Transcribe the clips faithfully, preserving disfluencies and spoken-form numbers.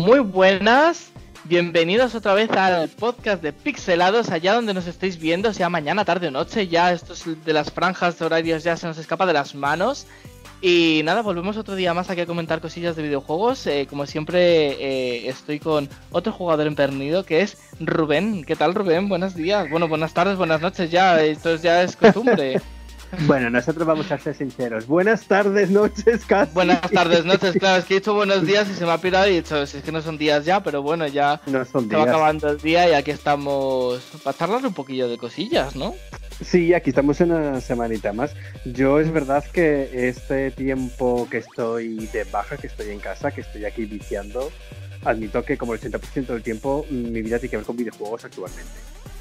Muy buenas, bienvenidos otra vez al podcast de Pixelados, allá donde nos estéis viendo, sea mañana, tarde o noche, ya esto es de las franjas de horarios ya se nos escapa de las manos. Y nada, volvemos otro día más aquí a comentar cosillas de videojuegos. Eh, como siempre, eh, estoy con otro jugador empedernido que es Rubén. ¿Qué tal, Rubén? Buenos días, bueno, buenas tardes, buenas noches ya, esto ya es costumbre. Bueno, nosotros vamos a ser sinceros. Buenas tardes, noches, casi. Buenas tardes, noches, claro, es que he dicho buenos días y se me ha pirado y he dicho, si es que no son días ya, pero bueno, ya no son se días. va acabando el día y aquí estamos para charlar un poquillo de cosillas, ¿no? Sí, aquí estamos en una semanita más. Yo es verdad que este tiempo que estoy de baja, que estoy en casa, que estoy aquí viciando, admito que como el ochenta por ciento del tiempo mi vida tiene que ver con videojuegos actualmente.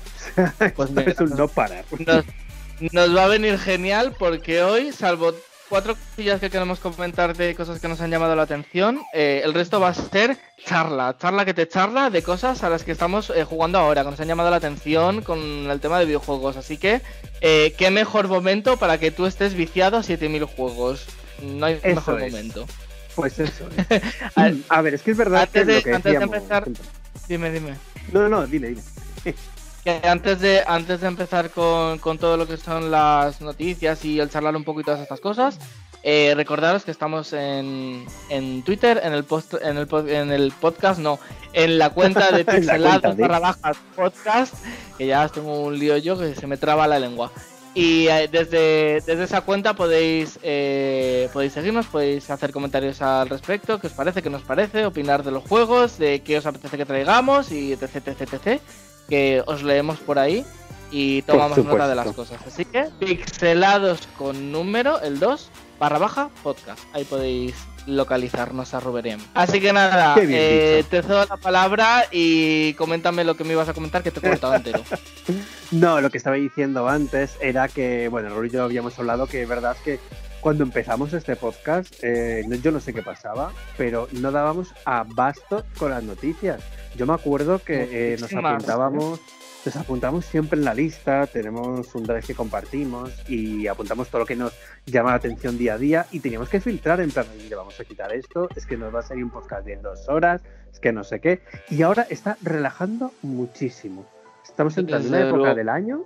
Pues mira, es un no parar. Nos, nos va a venir genial porque hoy, salvo cuatro cosillas que queremos comentar de cosas que nos han llamado la atención, eh, el resto va a ser charla, charla que te charla de cosas a las que estamos eh, jugando ahora, que nos han llamado la atención con el tema de videojuegos. Así que, eh, qué mejor momento para que tú estés viciado a siete mil juegos. No hay Eso mejor es. momento. Pues eso es. A ver, es que es verdad antes que de, lo que antes decíamos... de empezar, dime, dime. No, no, dile, dile. Que antes de antes de empezar con, con todo lo que son las noticias y el charlar un poco y todas estas cosas, eh, recordaros que estamos en, en Twitter, en el post, en el en el podcast, no, en la cuenta de Pixelados barra bajas podcast, que ya tengo un lío yo que se me traba la lengua. Y eh, desde, desde esa cuenta podéis eh, podéis seguirnos, podéis hacer comentarios al respecto, qué os parece, qué nos parece, opinar de los juegos, de qué os apetece que traigamos y etc, etc, etc, que os leemos por ahí y tomamos nota de las cosas. Así que Pixelados con número, el dos, barra baja, podcast. Ahí podéis localizarnos a Ruberem. Así que nada, eh, te cedo la palabra y coméntame lo que me ibas a comentar, que te he comentado entero. No, lo que estaba diciendo antes era que, bueno, Rory y yo habíamos hablado que es verdad que cuando empezamos este podcast, eh, yo no sé qué pasaba, pero no dábamos abasto con las noticias. Yo me acuerdo que eh, nos apuntábamos, nos apuntamos siempre en la lista, tenemos un drive que compartimos y apuntamos todo lo que nos llama la atención día a día y teníamos que filtrar en plan, le vamos a quitar esto, es que nos va a salir un podcast de dos horas, es que no sé qué, y ahora está relajando muchísimo. Estamos entrando en una época del año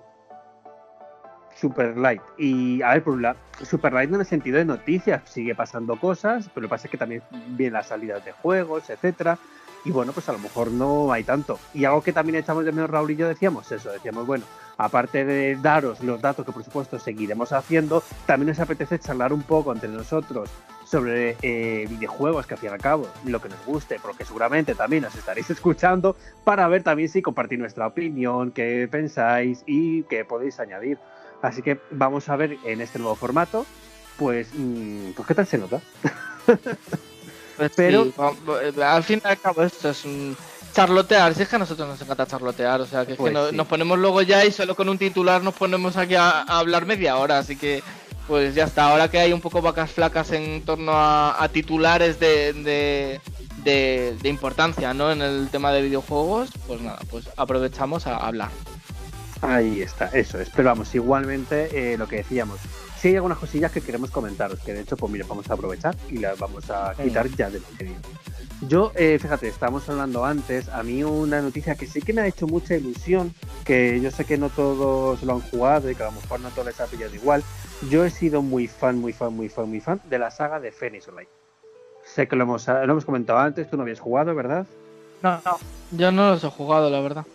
super light. Y a ver, por un lado, super light en el sentido de noticias, sigue pasando cosas, pero lo que pasa es que también vienen las salidas de juegos, etcétera. Y bueno, pues a lo mejor no hay tanto. Y algo que también echamos de menos Raúl y yo decíamos eso, decíamos, bueno, aparte de daros los datos que por supuesto seguiremos haciendo, también nos apetece charlar un poco entre nosotros sobre eh, videojuegos, que al fin y al cabo lo que nos guste, porque seguramente también nos estaréis escuchando, para ver también si compartir nuestra opinión, qué pensáis y qué podéis añadir. Así que vamos a ver en este nuevo formato, pues, mmm, pues qué tal se nota. Pues pero sí, al fin y al cabo esto es un charlotear, si es que a nosotros nos encanta charlotear, o sea que, es pues que no, sí. Nos ponemos luego ya y solo con un titular nos ponemos aquí a, a hablar media hora, así que pues ya está, ahora que hay un poco vacas flacas en torno a, a titulares de, de, de, de importancia, ¿no? En el tema de videojuegos, pues nada, pues aprovechamos a hablar. Ahí está, eso es, pero vamos, igualmente eh, lo que decíamos, si hay algunas cosillas que queremos comentaros, que de hecho, pues mira, vamos a aprovechar y las vamos a quitar ya de lo que viene. Yo, eh, fíjate, estábamos hablando antes, a mí una noticia que sí que me ha hecho mucha ilusión, que yo sé que no todos lo han jugado y que a lo mejor no todos les ha pillado igual. Yo he sido muy fan, muy fan, muy fan, muy fan de la saga de Phoenix Wright. Sé que lo hemos, lo hemos comentado antes, tú no habías jugado, ¿verdad? No, no, yo no los he jugado, la verdad.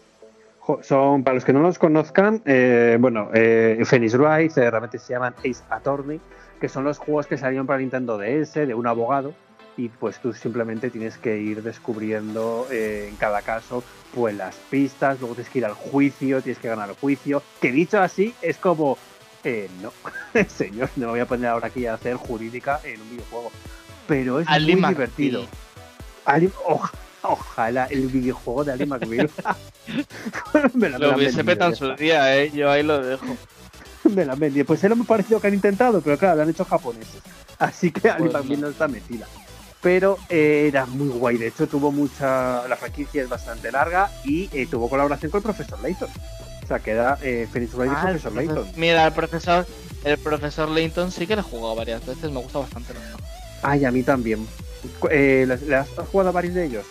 Son, para los que no los conozcan, eh, bueno, eh, Phoenix Wright eh, realmente se llaman Ace Attorney, que son los juegos que salieron para Nintendo D S de un abogado y pues tú simplemente tienes que ir descubriendo eh, en cada caso pues las pistas, luego tienes que ir al juicio, tienes que ganar el juicio, que dicho así es como, eh, no, señor, no me voy a poner ahora aquí a hacer jurídica en un videojuego, pero es Ali muy Martí. Divertido. Ali, oh, Ojalá el videojuego de Ali McBeal me la, lo hubiese petado en su día, eh. Yo ahí lo dejo. Me la vendí. Pues es lo más parecido que han intentado, pero claro, lo han hecho japoneses. Así que Ali pues McBeal no. no está metida. Pero eh, era muy guay. De hecho, tuvo mucha. La franquicia es bastante larga y eh, tuvo colaboración con el profesor Layton. O sea, que era eh, Phoenix Wright ah, y profesor el Layton. Mira, el profesor, el profesor Layton sí que le he jugado varias veces. Me gusta bastante. ¿No? Ay, a mí también. Eh, ¿le has jugado a varios de ellos?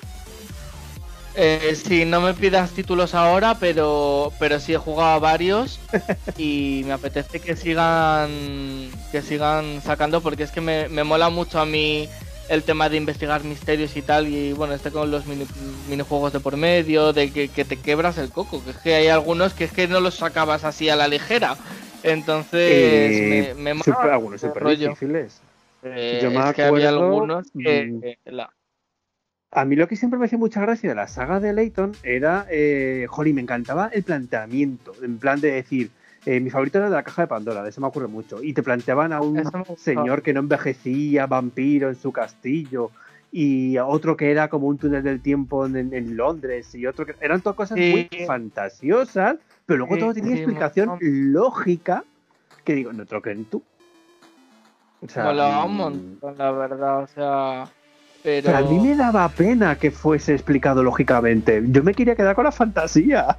Eh, sí, no me pidas títulos ahora, pero, pero sí he jugado a varios y me apetece que sigan que sigan sacando porque es que me, me mola mucho a mí el tema de investigar misterios y tal y bueno, este con los mini, minijuegos de por medio, de que, que te quebras el coco, que es que hay algunos que es que no los sacabas así a la ligera, entonces Eh, me, me mola super, algunos el súper rollo. difíciles. Eh, Yo me es que había acuerdo. algunos que... mm, que la... A mí lo que siempre me hacía mucha gracia de la saga de Layton era, eh, jolín, me encantaba el planteamiento, en plan de decir, eh, mi favorito era de la caja de Pandora, de eso me ocurre mucho, y te planteaban a un Eso me gustaba. señor que no envejecía, vampiro en su castillo, y a otro que era como un túnel del tiempo en, en Londres, y otro que... Eran todas cosas muy Sí, fantasiosas, pero luego todo sí, tenía sí, explicación molaba, lógica, que digo, no te lo creen tú. O sea, molaba un mmm, montón, la verdad, o sea, pero a mí pero me daba pena que fuese explicado lógicamente. Yo me quería quedar con la fantasía.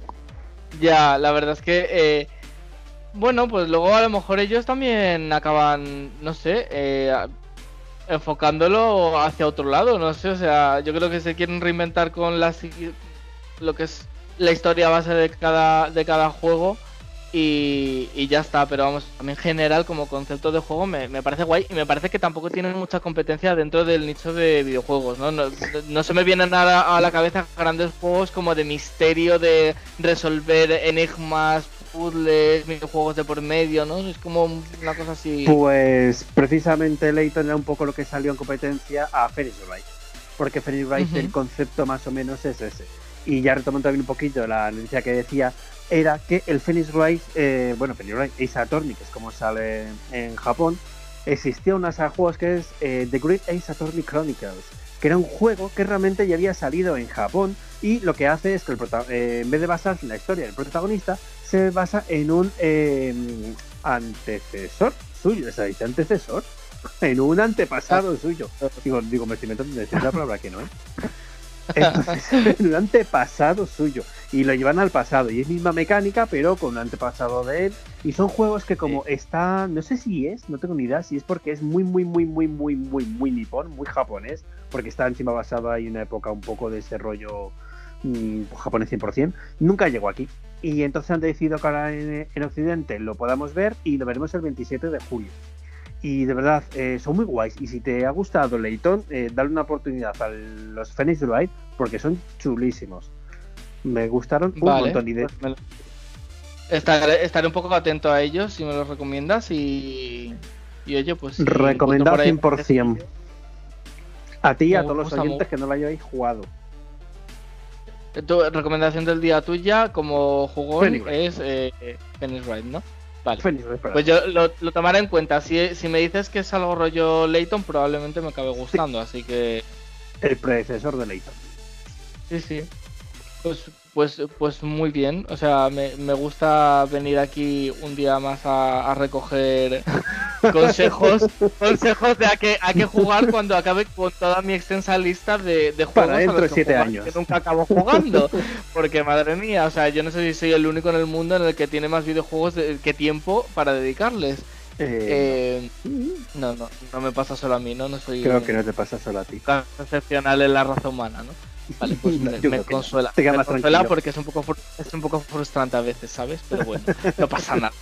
ya, la verdad es que, eh, bueno, pues luego a lo mejor ellos también acaban, no sé, eh, a- enfocándolo hacia otro lado, no sé, o sea, yo creo que se quieren reinventar con la, si- lo que es la historia base de cada, de cada juego. Y, y ya está, pero vamos, a mí en general como concepto de juego me, me parece guay y me parece que tampoco tienen mucha competencia dentro del nicho de videojuegos, ¿no? No, no se me vienen nada a la cabeza grandes juegos como de misterio, de resolver enigmas, puzzles, videojuegos de por medio, ¿no? Es como una cosa así. Pues precisamente Layton era un poco lo que salió en competencia a Phoenix Wright. Porque Phoenix Wright el Ujú. concepto más o menos es ese. Y ya retomando también un poquito la noticia que decía, era que el Phoenix Wright, eh, bueno, Phoenix Wright Ace Attorney, que es como sale en Japón, existía una saga de juegos que es eh, The Great Ace Attorney Chronicles, que era un juego que realmente ya había salido en Japón y lo que hace es que el prota- eh, en vez de basarse en la historia del protagonista, se basa en un eh, antecesor suyo, ¿se dice antecesor? En un antepasado suyo. Digo, digo, me estoy inventando decir la palabra que no, ¿eh? Entonces, en un antepasado suyo. Y lo llevan al pasado. Y es misma mecánica, pero con un antepasado de él. Y son juegos que como Sí. está... No sé si es, no tengo ni idea, si es porque es muy, muy, muy, muy, muy, muy, muy nipón, muy japonés. Porque está encima basado ahí en una época un poco de ese rollo mmm, japonés cien por ciento. Nunca llegó aquí. Y entonces han decidido que ahora en, en Occidente lo podamos ver y lo veremos el veintisiete de julio. Y de verdad, eh, son muy guays. Y si te ha gustado Layton, eh, dale una oportunidad a los Phoenix Wright porque son chulísimos. Me gustaron un Vale, montón. Y de... pues me lo- estaré, estaré un poco atento a ellos si me los recomiendas y, y oye, pues si encuentro recomendado por ahí cien por ciento. A ti y me a todos los gusta mucho. oyentes que no lo hayáis jugado. Tu recomendación del día tuya como jugón Phoenix Wright. es eh, Phoenix Wright, ¿no? Vale. Phoenix Wright para Pues ti. yo lo, lo tomaré en cuenta. Si, si me dices que es algo rollo Layton, probablemente me acabe Sí, gustando. Así que el predecesor de Layton. sí, sí. Pues, pues, pues muy bien. O sea, me, me gusta venir aquí un día más a, a recoger consejos, consejos de a qué, a qué jugar cuando acabe con toda mi extensa lista de, de Para juegos a dentro los de que siete jugar años. que nunca acabo jugando. Porque madre mía, o sea, yo no sé si soy el único en el mundo en el que tiene más videojuegos de, que tiempo para dedicarles. Eh, Eh, no. no, no, no me pasa solo a mí, ¿no? No soy Creo que no un te pasa solo a ti. caso excepcional en la raza humana, ¿no? Vale, pues No, me, yo me creo que no. consuela. Te queda Me más consuela tranquilo. porque es un poco fru- es un poco frustrante a veces, ¿sabes? Pero bueno, no pasa nada.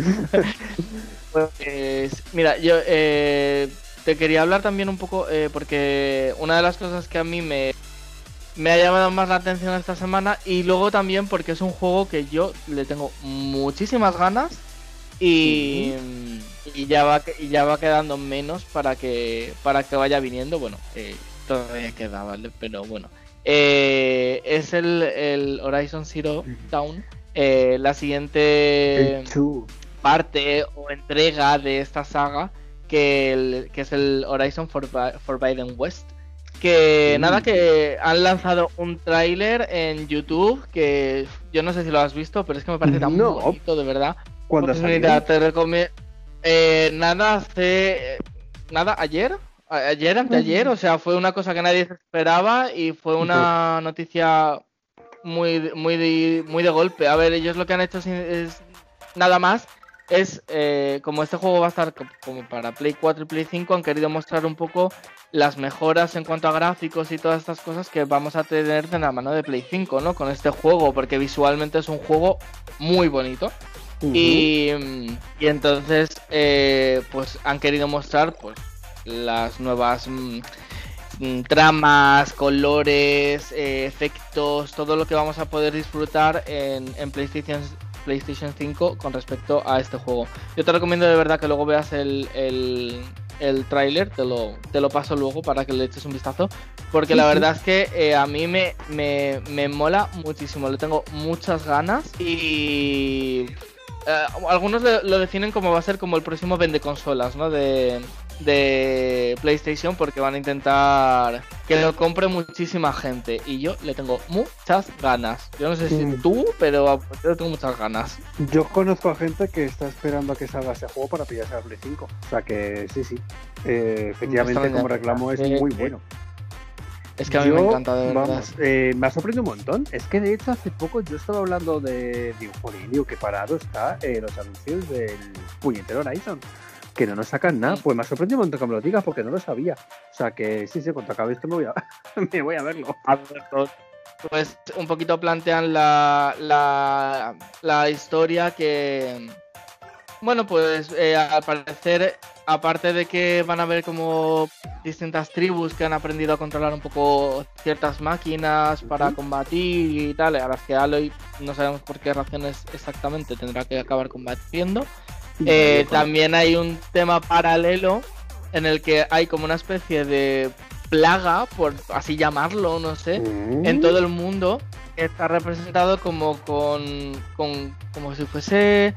Pues, mira, yo eh, te quería hablar también un poco eh, porque una de las cosas que a mí me, me ha llamado más la atención esta semana y luego también porque es un juego que yo le tengo muchísimas ganas y, y ya va y ya va quedando menos para que para que vaya viniendo. Bueno, eh, todavía queda, ¿vale? Pero bueno. Eh, es el, el Horizon Zero Dawn. Eh, la siguiente El two. parte o entrega de esta saga que, el, que es el Horizon Forbi- Forbidden West. Que nada, que han lanzado un tráiler en YouTube que yo no sé si lo has visto, pero es que me parece tan No. bonito, de verdad. ¿Cuándo Pues salió? mira, te recomiendo... Eh, nada, hace... Nada, ayer, a- ayer, anteayer, o sea, fue una cosa que nadie se esperaba y fue una noticia muy, muy, de, muy de golpe. A ver, ellos lo que han hecho es, es nada más es, eh, como este juego va a estar como para Play cuatro y Play cinco, han querido mostrar un poco las mejoras en cuanto a gráficos y todas estas cosas que vamos a tener de la mano de Play cinco, ¿no? Con este juego, porque visualmente es un juego muy bonito. Uh-huh. y, y entonces, eh, pues han querido mostrar pues las nuevas mmm, tramas, colores, eh, efectos, todo lo que vamos a poder disfrutar en, en PlayStation PlayStation cinco con respecto a este juego. Yo te recomiendo de verdad que luego veas el, el, el tráiler, te lo, te lo paso luego para que le eches un vistazo, porque sí, la verdad sí. es que eh, a mí me, me, me mola muchísimo, le tengo muchas ganas y eh, algunos lo, lo definen como va a ser como el próximo vende consolas, ¿no? De, de PlayStation, porque van a intentar que lo compre muchísima gente y yo le tengo muchas ganas. Yo no sé si mm. tú, pero yo le tengo muchas ganas. Yo conozco a gente que está esperando a que salga ese juego para pillarse la Play cinco, o sea que sí, sí, eh, efectivamente como reclamo es muy bueno. Es que a mí yo, me encanta, de verdad. Vamos, eh, me ha sorprendido un montón. Es que de hecho hace poco yo estaba hablando de digo, digo que parado está eh, los anuncios del puñetero Horizon, que no nos sacan nada. Pues me ha sorprendido un montón que me lo digas porque no lo sabía. O sea que sí, sí, cuando acabe esto me voy a, me voy a verlo. Pues un poquito plantean la, la, la historia que, bueno, pues eh, al parecer, aparte de que van a haber como distintas tribus que han aprendido a controlar un poco ciertas máquinas para uh-huh. combatir y tal, a las que Aloy no sabemos por qué razones exactamente tendrá que acabar combatiendo. Eh, también hay un tema paralelo en el que hay como una especie de plaga, por así llamarlo, no sé, mm. en todo el mundo, que está representado como con, con como si fuese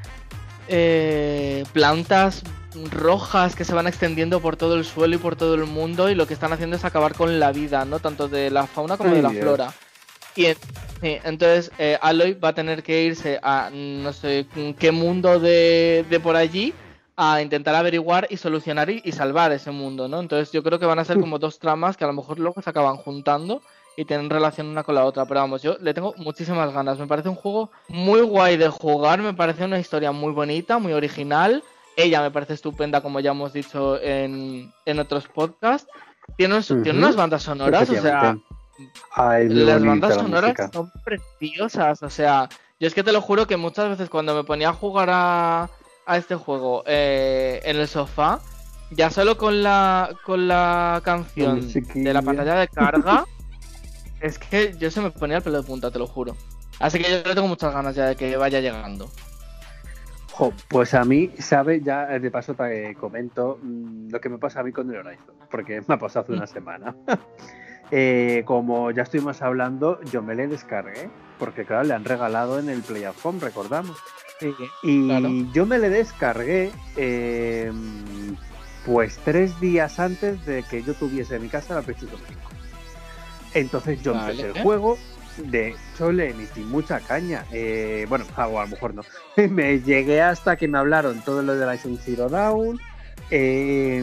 eh, plantas rojas que se van extendiendo por todo el suelo y por todo el mundo, y lo que están haciendo es acabar con la vida, ¿no? Tanto de la fauna como Ay, de la Dios. flora. Y sí, entonces eh, Aloy va a tener que irse a no sé qué mundo de, de por allí a intentar averiguar y solucionar y, y salvar ese mundo, ¿no? Entonces yo creo que van a ser como dos tramas que a lo mejor luego se acaban juntando y tienen relación una con la otra. Pero vamos, yo le tengo muchísimas ganas. Me parece un juego muy guay de jugar, me parece una historia muy bonita, muy original. Ella me parece estupenda, como ya hemos dicho en, en otros podcasts. Tiene, uh-huh. tiene unas bandas sonoras, o sea... Ay, las bandas sonoras son preciosas, o sea, yo es que te lo juro que muchas veces cuando me ponía a jugar a, a este juego eh, en el sofá, ya solo con la con la canción de la pantalla de carga, es que yo se me ponía el pelo de punta, te lo juro. Así que yo le tengo muchas ganas ya de que vaya llegando. Jo, pues a mí, ¿sabes? Ya de paso te comento mmm, lo que me pasa a mí con el Horizon, porque me ha pasado hace una semana. Eh, como ya estuvimos hablando, yo me le descargué, porque claro, le han regalado en el Play at Home, recordamos. Sí, y claro. yo me le descargué eh, pues tres días antes de que yo tuviese en mi casa la PlayStation cinco. Entonces yo vale. empecé el juego, de hecho le emití mucha caña, eh, bueno, o a lo mejor no, me llegué hasta que me hablaron todo lo de la Horizon Zero Dawn, eh,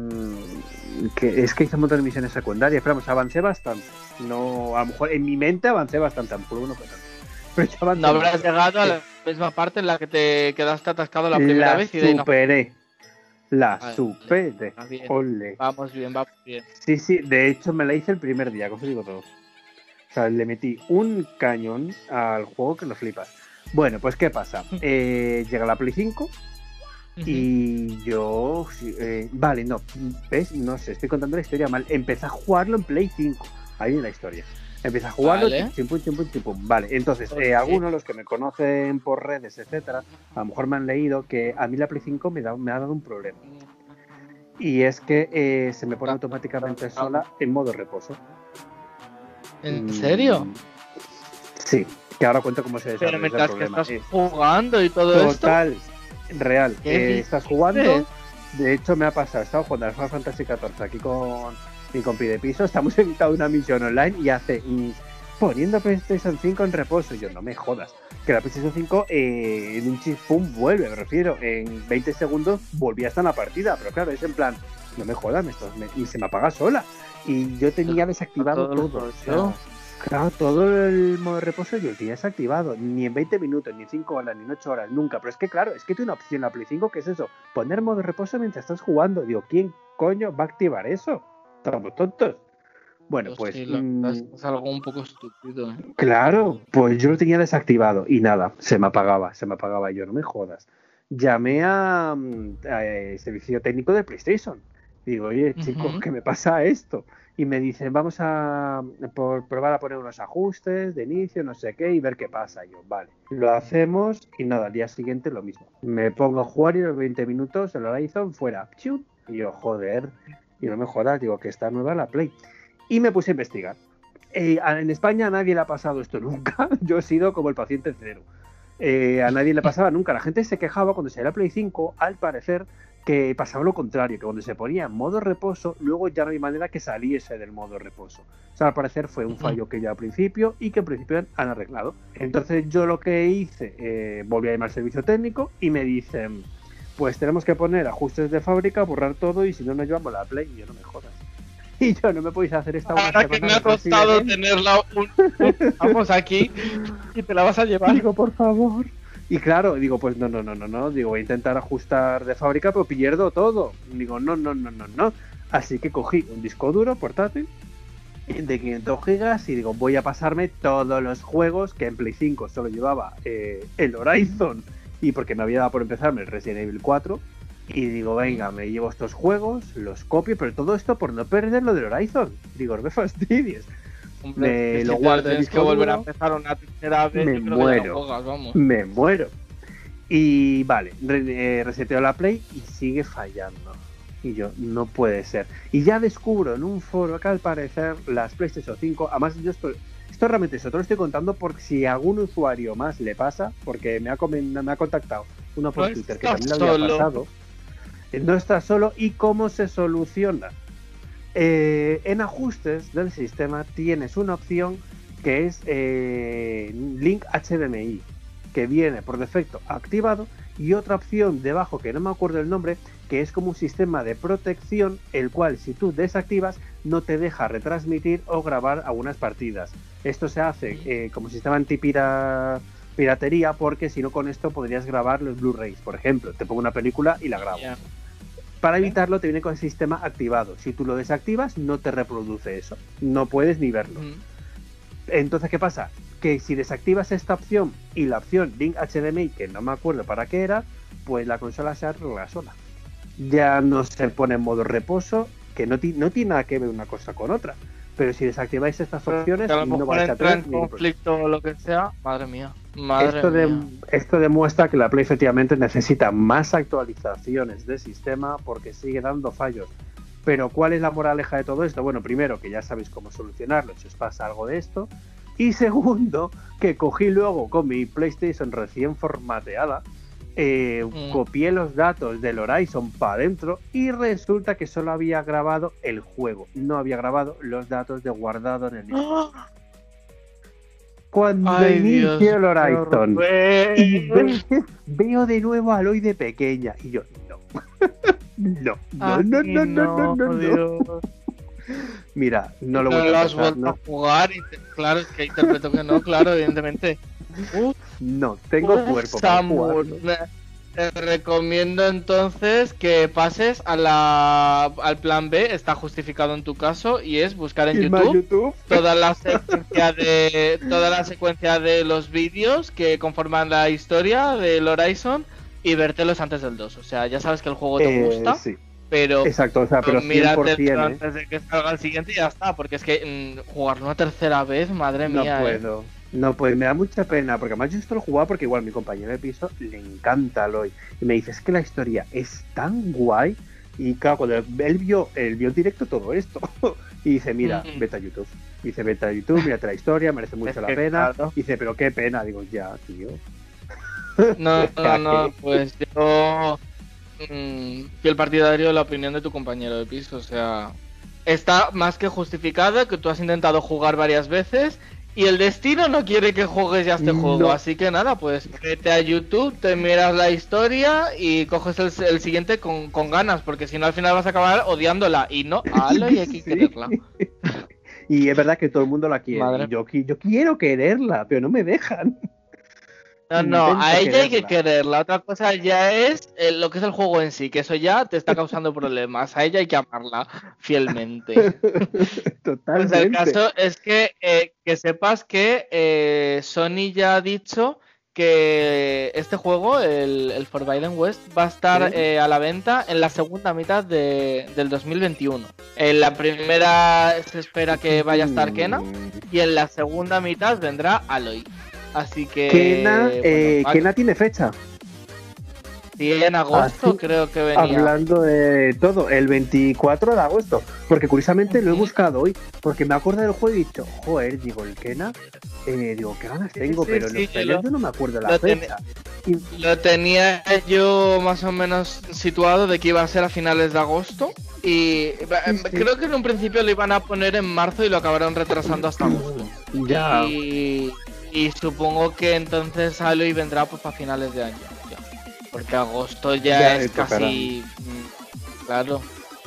que es que hice un montón de misiones secundarias, pero vamos, avancé bastante. No, a lo mejor en mi mente avancé bastante, a lo mejor uno fue tanto. Pero ya avancé no habrás bastante. llegado a la misma parte en la que te quedaste atascado la primera la vez y de ahí no. superé. La vale, superé. Bien. Ole. Vamos bien, vamos bien. Sí, sí, de hecho me la hice el primer día, como os digo todo. O sea, le metí un cañón al juego que lo flipas. Bueno, pues ¿qué pasa? Eh, llega la Play cinco. Y yo, eh, vale, no, ¿ves? No sé, estoy contando la historia mal. Empecé a jugarlo en Play cinco. Ahí viene la historia. Empecé a jugarlo, vale. chimpum, chimpum, chimpum. Vale, entonces, okay. eh, algunos, los que me conocen por redes, etcétera, a lo mejor me han leído que a mí la Play cinco me, da, me ha dado un problema. Y es que eh, se me pone automáticamente sola en modo reposo. ¿En serio? Mm, sí, que ahora cuento cómo se desarrolla Pero mientras el que problema. estás jugando y todo esto. Total. Real, eh, estás jugando, de hecho me ha pasado, he estado jugando al Final Fantasy catorce aquí con mi compi de piso, estamos evitando una misión online y hace y poniendo PlayStation cinco en reposo, y yo no me jodas, que la PlayStation cinco eh, en un chispum vuelve, me refiero, en veinte segundos volví a estar en la partida, pero claro, es en plan, no me jodas, me, me, y se me apaga sola, y yo tenía desactivado todo, todo, o sea, Claro, todo el modo de reposo yo lo tenía desactivado. Ni en veinte minutos, ni en cinco horas, ni en ocho horas, nunca. Pero es que claro, es que tiene una opción en la Play cinco que es eso. Poner modo de reposo mientras estás jugando. Digo, ¿quién coño va a activar eso? Estamos tontos. Bueno, Pues pues... sí, la Mmm, verdad es que es algo un poco estúpido, ¿eh? claro, pues yo lo tenía desactivado. Y nada, se me apagaba, se me apagaba. Y yo, no me jodas. Llamé a, mm, a, eh, servicio técnico de PlayStation. Digo, oye, chicos, Ujú. ¿qué me pasa esto? Y me dicen, vamos a por probar a poner unos ajustes de inicio, no sé qué, y ver qué pasa. Y yo, vale, lo hacemos y nada, al día siguiente lo mismo. Me pongo a jugar y a los veinte minutos el Horizon fuera. ¡Chiu! Y yo, joder, y no me jodas, digo, que está nueva la Play. Y me puse a investigar. Eh, en España a nadie le ha pasado esto nunca. Yo he sido como el paciente cero. Eh, a nadie le pasaba nunca. La gente se quejaba cuando salía la Play cinco, al parecer, que pasaba lo contrario, que cuando se ponía en modo reposo, luego ya no hay manera que saliese del modo reposo. O sea, al parecer fue un fallo que ya al principio y que al principio han arreglado. Entonces yo lo que hice, eh, volví a llamar al servicio técnico y me dicen, pues tenemos que poner ajustes de fábrica, borrar todo y si no nos llevamos la Play. Y yo, no me jodas. Y yo, no me podéis hacer esta una Ahora que me ha costado tenerla un, un, vamos aquí y te la vas a llevar. Digo, por favor. Y claro, digo, pues no, no, no, no, no. Digo, voy a intentar ajustar de fábrica, pero pierdo todo. Digo, no, no, no, no, no. Así que cogí un disco duro portátil de quinientos gigas y digo, voy a pasarme todos los juegos que en Play cinco solo llevaba eh, el Horizon y porque me había dado por empezarme el Resident Evil cuatro. Y digo, venga, me llevo estos juegos, los copio, pero todo esto por no perder lo del Horizon. Digo, no me fastidies. Me lo guardo. Tienes que volver a empezar una tercera vez. Me muero. Juegas, vamos. Me muero. Y vale, re reseteo la Play y sigue fallando. Y yo, no puede ser. Y ya descubro en un foro que al parecer las PlayStation cinco, además yo estoy, esto realmente eso te lo estoy contando por si a algún usuario más le pasa, porque me ha, me ha contactado uno por no Twitter que también le había pasado. No está solo. ¿Y cómo se soluciona? Eh, en ajustes del sistema tienes una opción que es eh, Link H D M I, que viene por defecto activado, y otra opción debajo que no me acuerdo el nombre, que es como un sistema de protección, el cual si tú desactivas no te deja retransmitir o grabar algunas partidas. Esto se hace eh, como sistema antipira piratería, porque si no con esto podrías grabar los Blu-rays, por ejemplo, te pongo una película y la grabo. Yeah. Para evitarlo te viene con el sistema activado. Si tú lo desactivas no te reproduce eso, no puedes ni verlo. Mm. Entonces, ¿qué pasa? Que si desactivas esta opción y la opción Link H D M I, que no me acuerdo para qué era, pues la consola se arregla sola. Ya no se pone en modo reposo, que no, no tiene nada que ver una cosa con otra. Pero si desactiváis estas opciones, a lo no vais a tener en conflicto o lo que sea, madre mía. Madre esto, mía. De, esto demuestra que la Play efectivamente necesita más actualizaciones de sistema porque sigue dando fallos. Pero ¿cuál es la moraleja de todo esto? Bueno, primero, que ya sabéis cómo solucionarlo si os pasa algo de esto. Y segundo, que cogí luego con mi PlayStation recién formateada, eh, mm. copié los datos del Horizon para adentro y resulta que solo había grabado el juego, no había grabado los datos de guardado en el disco. Cuando Ay, inicio Dios, el Horizon y ve, veo de nuevo a Aloy de pequeña y yo, no, no, no, no, no, no, no, no, no. Mira, no lo no voy a lo has empezar, vuelto no. a jugar y te, claro, es que interpreto que no, claro, evidentemente. Uh, no, tengo uh, cuerpo para jugarlo. Te recomiendo entonces que pases a la, al plan B, está justificado en tu caso, y es buscar en YouTube, YouTube toda la secuencia de toda la secuencia de los vídeos que conforman la historia del Horizon y vértelos antes del dos. O sea, ya sabes que el juego te eh, gusta, sí. pero, exacto, o sea, pero mírate ¿eh? antes de que salga el siguiente y ya está, porque es que mmm, jugarlo una tercera vez, madre no mía. No puedo. Eh. No, pues me da mucha pena, porque además yo esto lo jugaba porque igual mi compañero de piso le encanta Aloy. Y me dice, es que la historia es tan guay. Y claro, cuando él vio, él vio en directo todo esto. Y dice, mira, mm-hmm. vete a YouTube. Dice, vete a YouTube, mírate la historia, merece mucho es la pena. Claro. Dice, pero qué pena. Digo, ya, tío. No, no, no, pues yo... Mmm, fiel partidario de la opinión de tu compañero de piso. O sea, está más que justificado que tú has intentado jugar varias veces... Y el destino no quiere que juegues ya este no. juego, así que nada, pues vete a YouTube, te miras la historia y coges el, el siguiente con, con ganas, porque si no al final vas a acabar odiándola, y no, a Aloy hay que sí. quererla. Y es verdad que todo el mundo la quiere. Madre. Y yo, yo quiero quererla, pero no me dejan. No, no, Intento a ella hay que quererla. quererla. Otra cosa ya es eh, lo que es el juego en sí, que eso ya te está causando problemas. A ella hay que amarla fielmente. Pues el Totalmente. caso es que, eh, que sepas que eh, Sony ya ha dicho que este juego, el, el Forbidden West, va a estar ¿Sí? eh, a la venta en la segunda mitad de, del dos mil veintiuno. En la primera se espera que vaya a estar Kena y en la segunda mitad vendrá Aloy. Así que... Kena, eh, bueno, Kena tiene fecha. sí, en agosto Así, creo que venía. Hablando de todo, el veinticuatro de agosto. Porque curiosamente lo he buscado hoy. Porque me acuerdo del juego y he dicho, joder, digo, el Kena. Eh, digo, qué ganas Sí, tengo, sí, pero sí, en los yo trailers lo- yo no me acuerdo la lo ten- fecha. Y- Lo tenía yo más o menos situado de que iba a ser a finales de agosto y eh, Sí, sí. creo que en un principio lo iban a poner en marzo y lo acabaron retrasando hasta agosto. Ya. Y, y supongo que entonces Aloy vendrá pues para finales de año. Ya. Porque agosto ya, Ya es le tocará. casi... mm, Claro.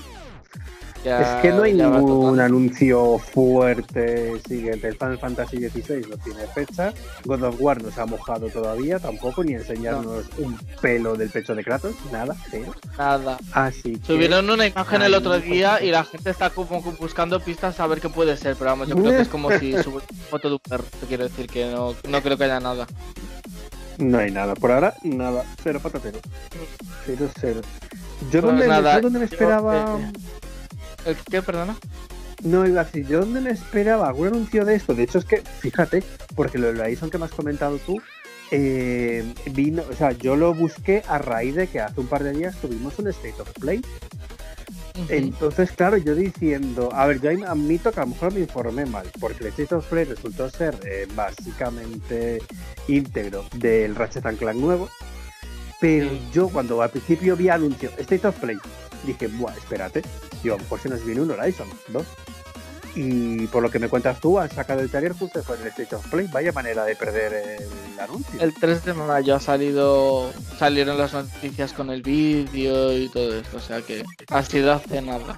Ya- Es que no hay ya va ningún tocando. anuncio fuerte siguiente. El Final Fantasy dieciséis no tiene fecha. God of War no se ha mojado todavía tampoco, ni enseñarnos un pelo del pecho de Kratos, nada, cero. Nada. Así que... Subieron una imagen el Ay, otro no día pasa y la gente está como buscando pistas a ver qué puede ser, pero vamos, yo creo que es como si sube foto de un perro, te quiero decir que no, no creo que haya nada. No hay nada, por ahora nada, cero patatero. Cero, cero. Yo Pues donde, nada, yo donde me yo, esperaba... eh, ¿El qué, perdona? No iba así, yo donde me esperaba algún anuncio de esto, de hecho es que, fíjate, porque lo de la Ison que me has comentado tú, eh, vino, o sea, yo lo busqué a raíz de que hace un par de días tuvimos un State of Play. Entonces, claro, yo diciendo, a ver, yo ahí admito que a lo mejor me informé mal, porque el State of Play resultó ser eh, básicamente íntegro del Ratchet and Clank nuevo, pero Sí. yo cuando al principio vi anuncio State of Play, dije, buah, espérate, digo, a lo mejor se nos viene un Horizon dos. Y por lo que me cuentas tú, han sacado el trailer justo después del State of Play, vaya manera de perder el anuncio. El tres de mayo ha salido, salieron las noticias con el vídeo y todo esto, o sea que ha sido hace nada.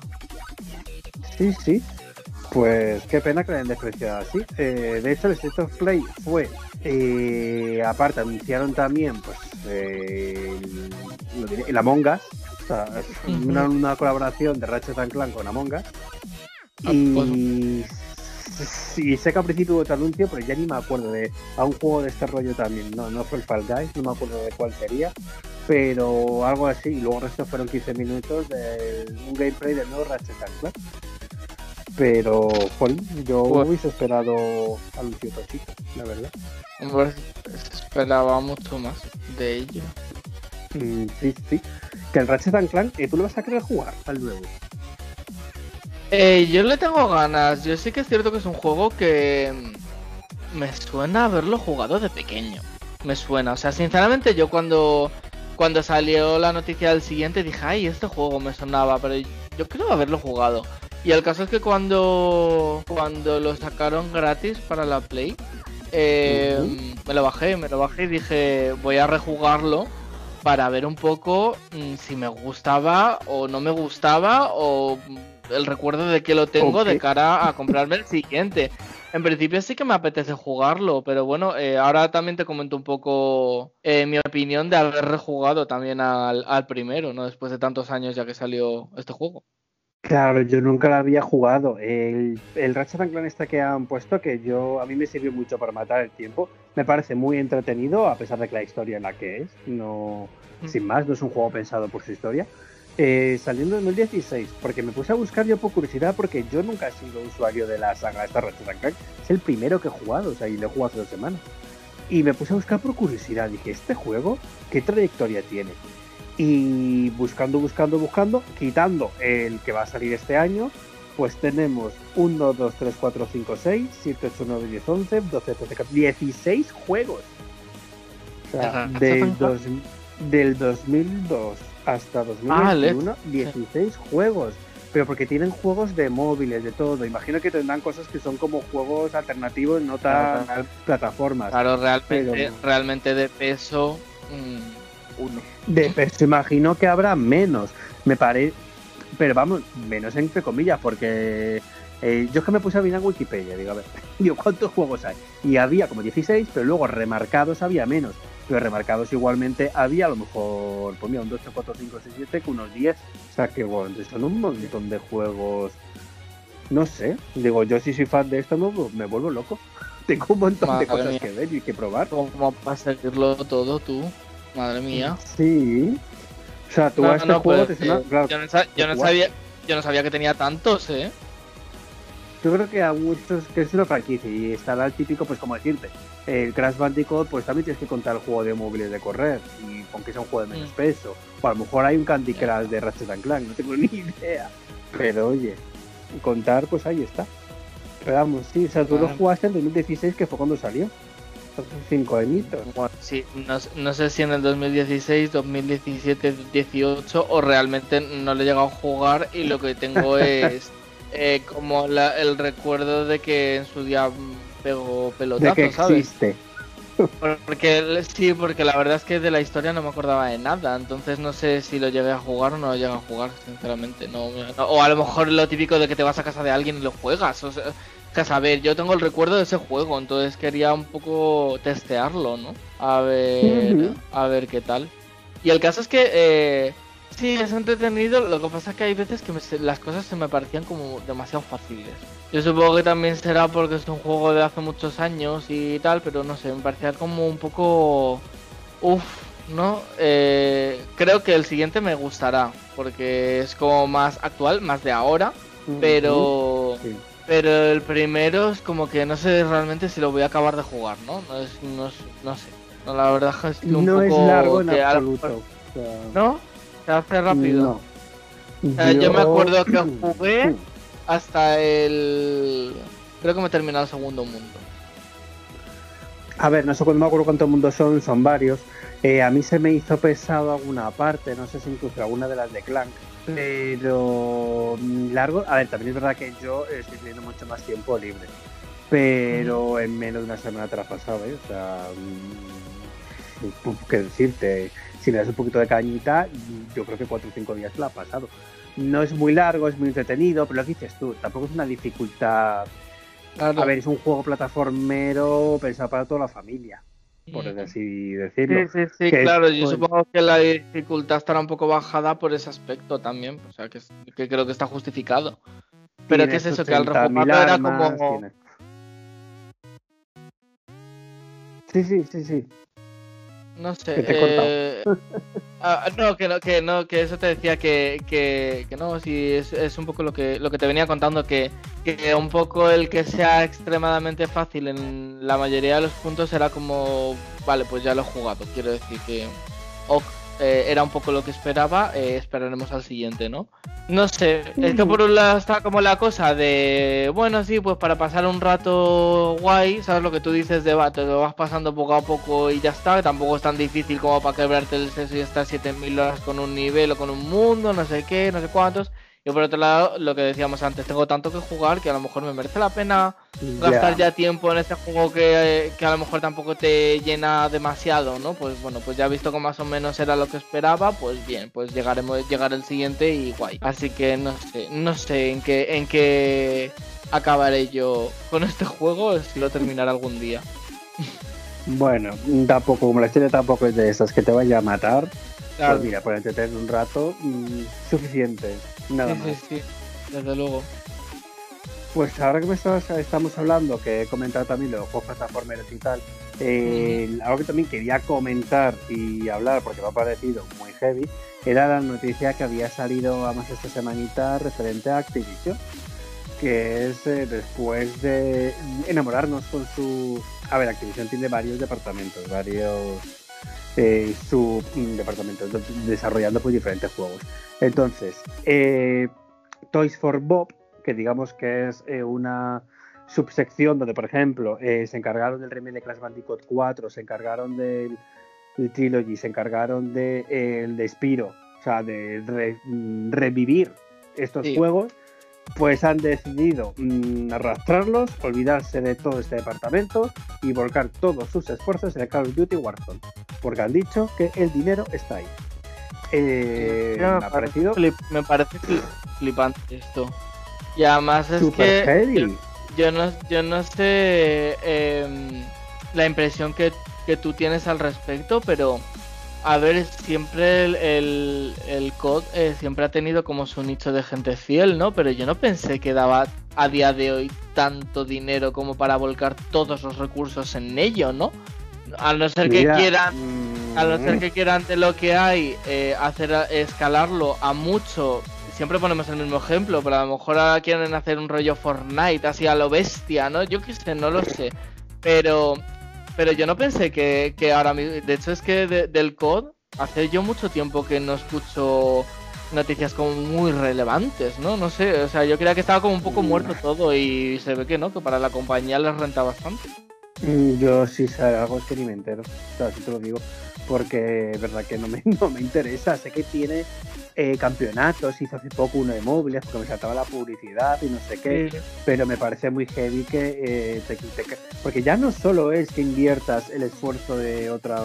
Sí, sí. Pues qué pena que lo hayan despreciado así. Eh, de hecho, el State of Play fue, eh, aparte, anunciaron también pues eh, el, lo diré, el Among Us, o sea, Ujú. una, una colaboración de Ratchet and Clank con Among Us. Ah, Y sí, sé que al principio hubo otro anuncio, pero ya ni me acuerdo de a un juego de este rollo también. No, no fue el Fall Guys, no me acuerdo de cuál sería, pero algo así. Y luego el resto fueron quince minutos de un gameplay del nuevo Ratchet and Clank. Pero, jolín, yo Bueno. hubiese esperado anuncio tochito, la verdad. Hombre, se esperaba mucho más de ello. Mm, sí, sí. Que el Ratchet and Clank, eh, ¿tú lo vas a querer jugar al nuevo? Eh, yo le tengo ganas. Yo sí que es cierto que es un juego que mm, me suena haberlo jugado de pequeño. Me suena. O sea, sinceramente yo cuando, cuando salió la noticia del siguiente dije, ay, este juego me sonaba, pero yo creo haberlo jugado. Y el caso es que cuando, cuando lo sacaron gratis para la Play, eh, Ujú. me lo bajé, me lo bajé y dije, voy a rejugarlo para ver un poco mm, si me gustaba o no me gustaba o mm, el recuerdo de que lo tengo Ok. de cara a comprarme el siguiente. En principio sí que me apetece jugarlo, pero bueno, eh, ahora también te comento un poco eh, mi opinión de haber rejugado también al, al primero, ¿no? Después de tantos años ya que salió este juego. Claro, yo nunca lo había jugado. El, el Ratchet and Clank este que han puesto, que yo a mí me sirvió mucho para matar el tiempo, me parece muy entretenido, a pesar de que la historia en la que es, no, Mm. sin más, no es un juego pensado por su historia. Eh, salió en dos mil dieciséis, porque me puse a buscar yo por curiosidad, porque yo nunca he sido usuario de la saga esta Ratchet and Clank, es el primero que he jugado, o sea, y lo he jugado hace dos semanas. Y me puse a buscar por curiosidad, dije, ¿este juego qué trayectoria tiene? Y buscando, buscando, buscando, quitando el que va a salir este año, pues tenemos uno, dos, tres, cuatro, cinco, seis, siete, ocho, nueve, diez, once, doce, trece, catorce, dieciséis juegos. O sea, Ajá. del, dos, del dos mil dos hasta dos mil veintiuno, Ah, dieciséis juegos. Pero porque tienen juegos de móviles, de todo. Imagino que tendrán cosas que son como juegos alternativos, no tan Claro. plataformas. Claro, realmente, Pero- realmente de peso, mm, uno. De peso imagino que habrá menos. Me parece. Pero vamos, menos entre comillas, porque Eh, yo es que me puse a mirar en Wikipedia, digo, a ver, digo, ¿cuántos juegos hay? Y había como dieciséis, pero luego remarcados había menos. Pero remarcados igualmente había a lo mejor, pues mira, un dos, tres, cuatro, cinco, seis, siete, que unos diez. O sea que, bueno, son un montón de juegos. No sé, digo, yo si soy fan de esto me, me vuelvo loco. Tengo un montón Madre de cosas mía. que ver y que probar. ¿Cómo vas a seguirlo todo tú? Madre mía. Sí. O sea, tú No, a este no, juego pues, te suena, eh, claro, yo, no, sa- yo no jugar. sabía, yo no sabía que tenía tantos, ¿eh? Yo creo que a muchos que es una franquicia y estará el típico, pues como decirte, el Crash Bandicoot, pues también tienes que contar el juego de móviles de correr y aunque sea un juego de menos Mm. peso. O a lo mejor hay un Candy Crush de Ratchet and Clank, no tengo ni idea. Pero oye, contar, pues ahí está. Pero vamos, sí, o sea, tú lo Vale. jugaste en dos mil dieciséis, que fue cuando salió. Hace cinco añitos. Bueno, sí, no, s- no sé si en el dos mil dieciséis, dos mil diecisiete, dieciocho o realmente no le he llegado a jugar y lo que tengo es eh, como la- el recuerdo de que en su día mm, pegó De pelotazo, que ¿sabes? existe. Porque sí, porque la verdad es que de la historia no me acordaba de nada, entonces no sé si lo llegué a jugar o no lo llegué a jugar, sinceramente. No, no- o a lo mejor lo típico de que te vas a casa de alguien y lo juegas. O sea, que a saber, yo tengo el recuerdo de ese juego, entonces quería un poco testearlo, ¿no? A ver, Ujú. a ver qué tal. Y el caso es que eh, sí, es entretenido, lo que pasa es que hay veces que me se- las cosas se me parecían como demasiado fáciles. Yo supongo que también será porque es un juego de hace muchos años y tal, pero no sé, me parecía como un poco... Uf, ¿no? Eh, creo que el siguiente me gustará, porque es como más actual, más de ahora, pero... Sí. Pero el primero es como que no sé realmente si lo voy a acabar de jugar, ¿no? No, es, no, es- no sé. No, la verdad es que un No poco... es largo en que a lo absoluto. mejor- O sea, ¿No? Se hace rápido. No. O sea, yo... me acuerdo que Mm. jugué hasta el... Creo que me he terminado el segundo mundo. A ver, no sé cuándo me acuerdo cuántos mundos son, son varios. Eh, a mí se me hizo pesado alguna parte, no sé si incluso alguna de las de Clank. Pero mm, largo, a ver, también es verdad que yo estoy teniendo mucho más tiempo libre. Pero en menos de una semana te la has pasado, ¿eh? O sea, mm, qué decirte, si le das un poquito de cañita, yo creo que cuatro o cinco días te la has pasado. No es muy largo, es muy entretenido, pero lo que dices tú, tampoco es una dificultad. Claro. A ver, es un juego plataformero pensado para toda la familia, por Ujú. así decirlo. Sí, sí, sí, Que, claro, yo pues, supongo que la dificultad estará un poco bajada por ese aspecto también, o sea, que, es- que creo que está justificado. Pero ¿qué tiene es sus eso? Que al treinta mil rejugarlo era armas, como... tiene... Sí, sí, sí, sí. No sé, Que te he cortado. eh... ah, no, que no, que no, que eso te decía que, que, que no, sí, es, es un poco lo que, lo que te venía contando, que, que un poco el que sea extremadamente fácil en la mayoría de los puntos era como, vale, pues ya lo he jugado, quiero decir que ok, eh, era un poco lo que esperaba, eh, esperaremos al siguiente, ¿no? No sé, es que por un lado está como la cosa de, bueno, sí, pues para pasar un rato guay, ¿sabes lo que tú dices de, va, te lo vas pasando poco a poco y ya está, que tampoco es tan difícil como para quebrarte el seso y estar siete mil horas con un nivel o con un mundo, no sé qué, no sé cuántos. Y por otro lado, lo que decíamos antes, tengo tanto que jugar que a lo mejor me merece la pena gastar ya tiempo en este juego que, que a lo mejor tampoco te llena demasiado, ¿no? Pues bueno, pues ya he visto que más o menos era lo que esperaba, pues bien, pues llegaremos, llegar el siguiente y guay. Así que no sé, no sé en qué, en qué acabaré yo con este juego, si lo terminaré algún día. Bueno, tampoco, como la historia tampoco es de esas que te vaya a matar, Claro. pues mira, por entretener un rato, mmm, suficiente, nada Sí, más. sí, sí, desde luego. Pues ahora que me estás, estamos hablando, que he comentado también los juegos plataformeros y tal, eh, uh-huh. algo que también quería comentar y hablar, porque me ha parecido muy heavy, era la noticia que había salido además esta semanita referente a Activision, que es eh, después de enamorarnos con su... A ver, Activision tiene varios departamentos, varios eh, subdepartamentos, desarrollando pues diferentes juegos. Entonces, eh, Toys for Bob, que digamos que es eh, una subsección donde, por ejemplo, eh, se encargaron del remake de Crash Bandicoot cuatro, se encargaron del, del Trilogy, se encargaron de, eh, el de Spyro, o sea, de re, revivir estos sí. juegos, pues han decidido mmm, arrastrarlos, olvidarse de todo este departamento y volcar todos sus esfuerzos en el Call of Duty Warzone, porque han dicho que el dinero está ahí. Eh, sí, me, me, ha parecido... flip, me parece flipante esto. Y además es Super que heavy. yo, yo no, yo no sé eh, la impresión que, que tú tienes al respecto, pero a ver, siempre el, el, el C O D eh, siempre ha tenido como su nicho de gente fiel, ¿no? Pero yo no pensé que daba a día de hoy tanto dinero como para volcar todos los recursos en ello, ¿no? A no ser Mira, que quieran, mm, a no ser que quieran de lo que hay, eh, hacer escalarlo a mucho. Siempre ponemos el mismo ejemplo, pero a lo mejor ahora quieren hacer un rollo Fortnite así a lo bestia, ¿no? Yo qué sé, no lo sé. Pero pero yo no pensé que, que ahora mismo... De hecho es que de, del C O D hace yo mucho tiempo que no escucho noticias como muy relevantes, ¿no? No sé, o sea, yo creía que estaba como un poco muerto todo y se ve que no, que para la compañía les renta bastante. Yo sí sé algo es que ni me entero, o sea, así te lo digo, porque es verdad que no me, no me interesa. Sé que tiene eh, campeonatos, hizo hace poco uno de móviles porque me saltaba la publicidad y no sé qué, sí. Pero me parece muy heavy que eh, te, te, porque ya no solo es que inviertas el esfuerzo de otras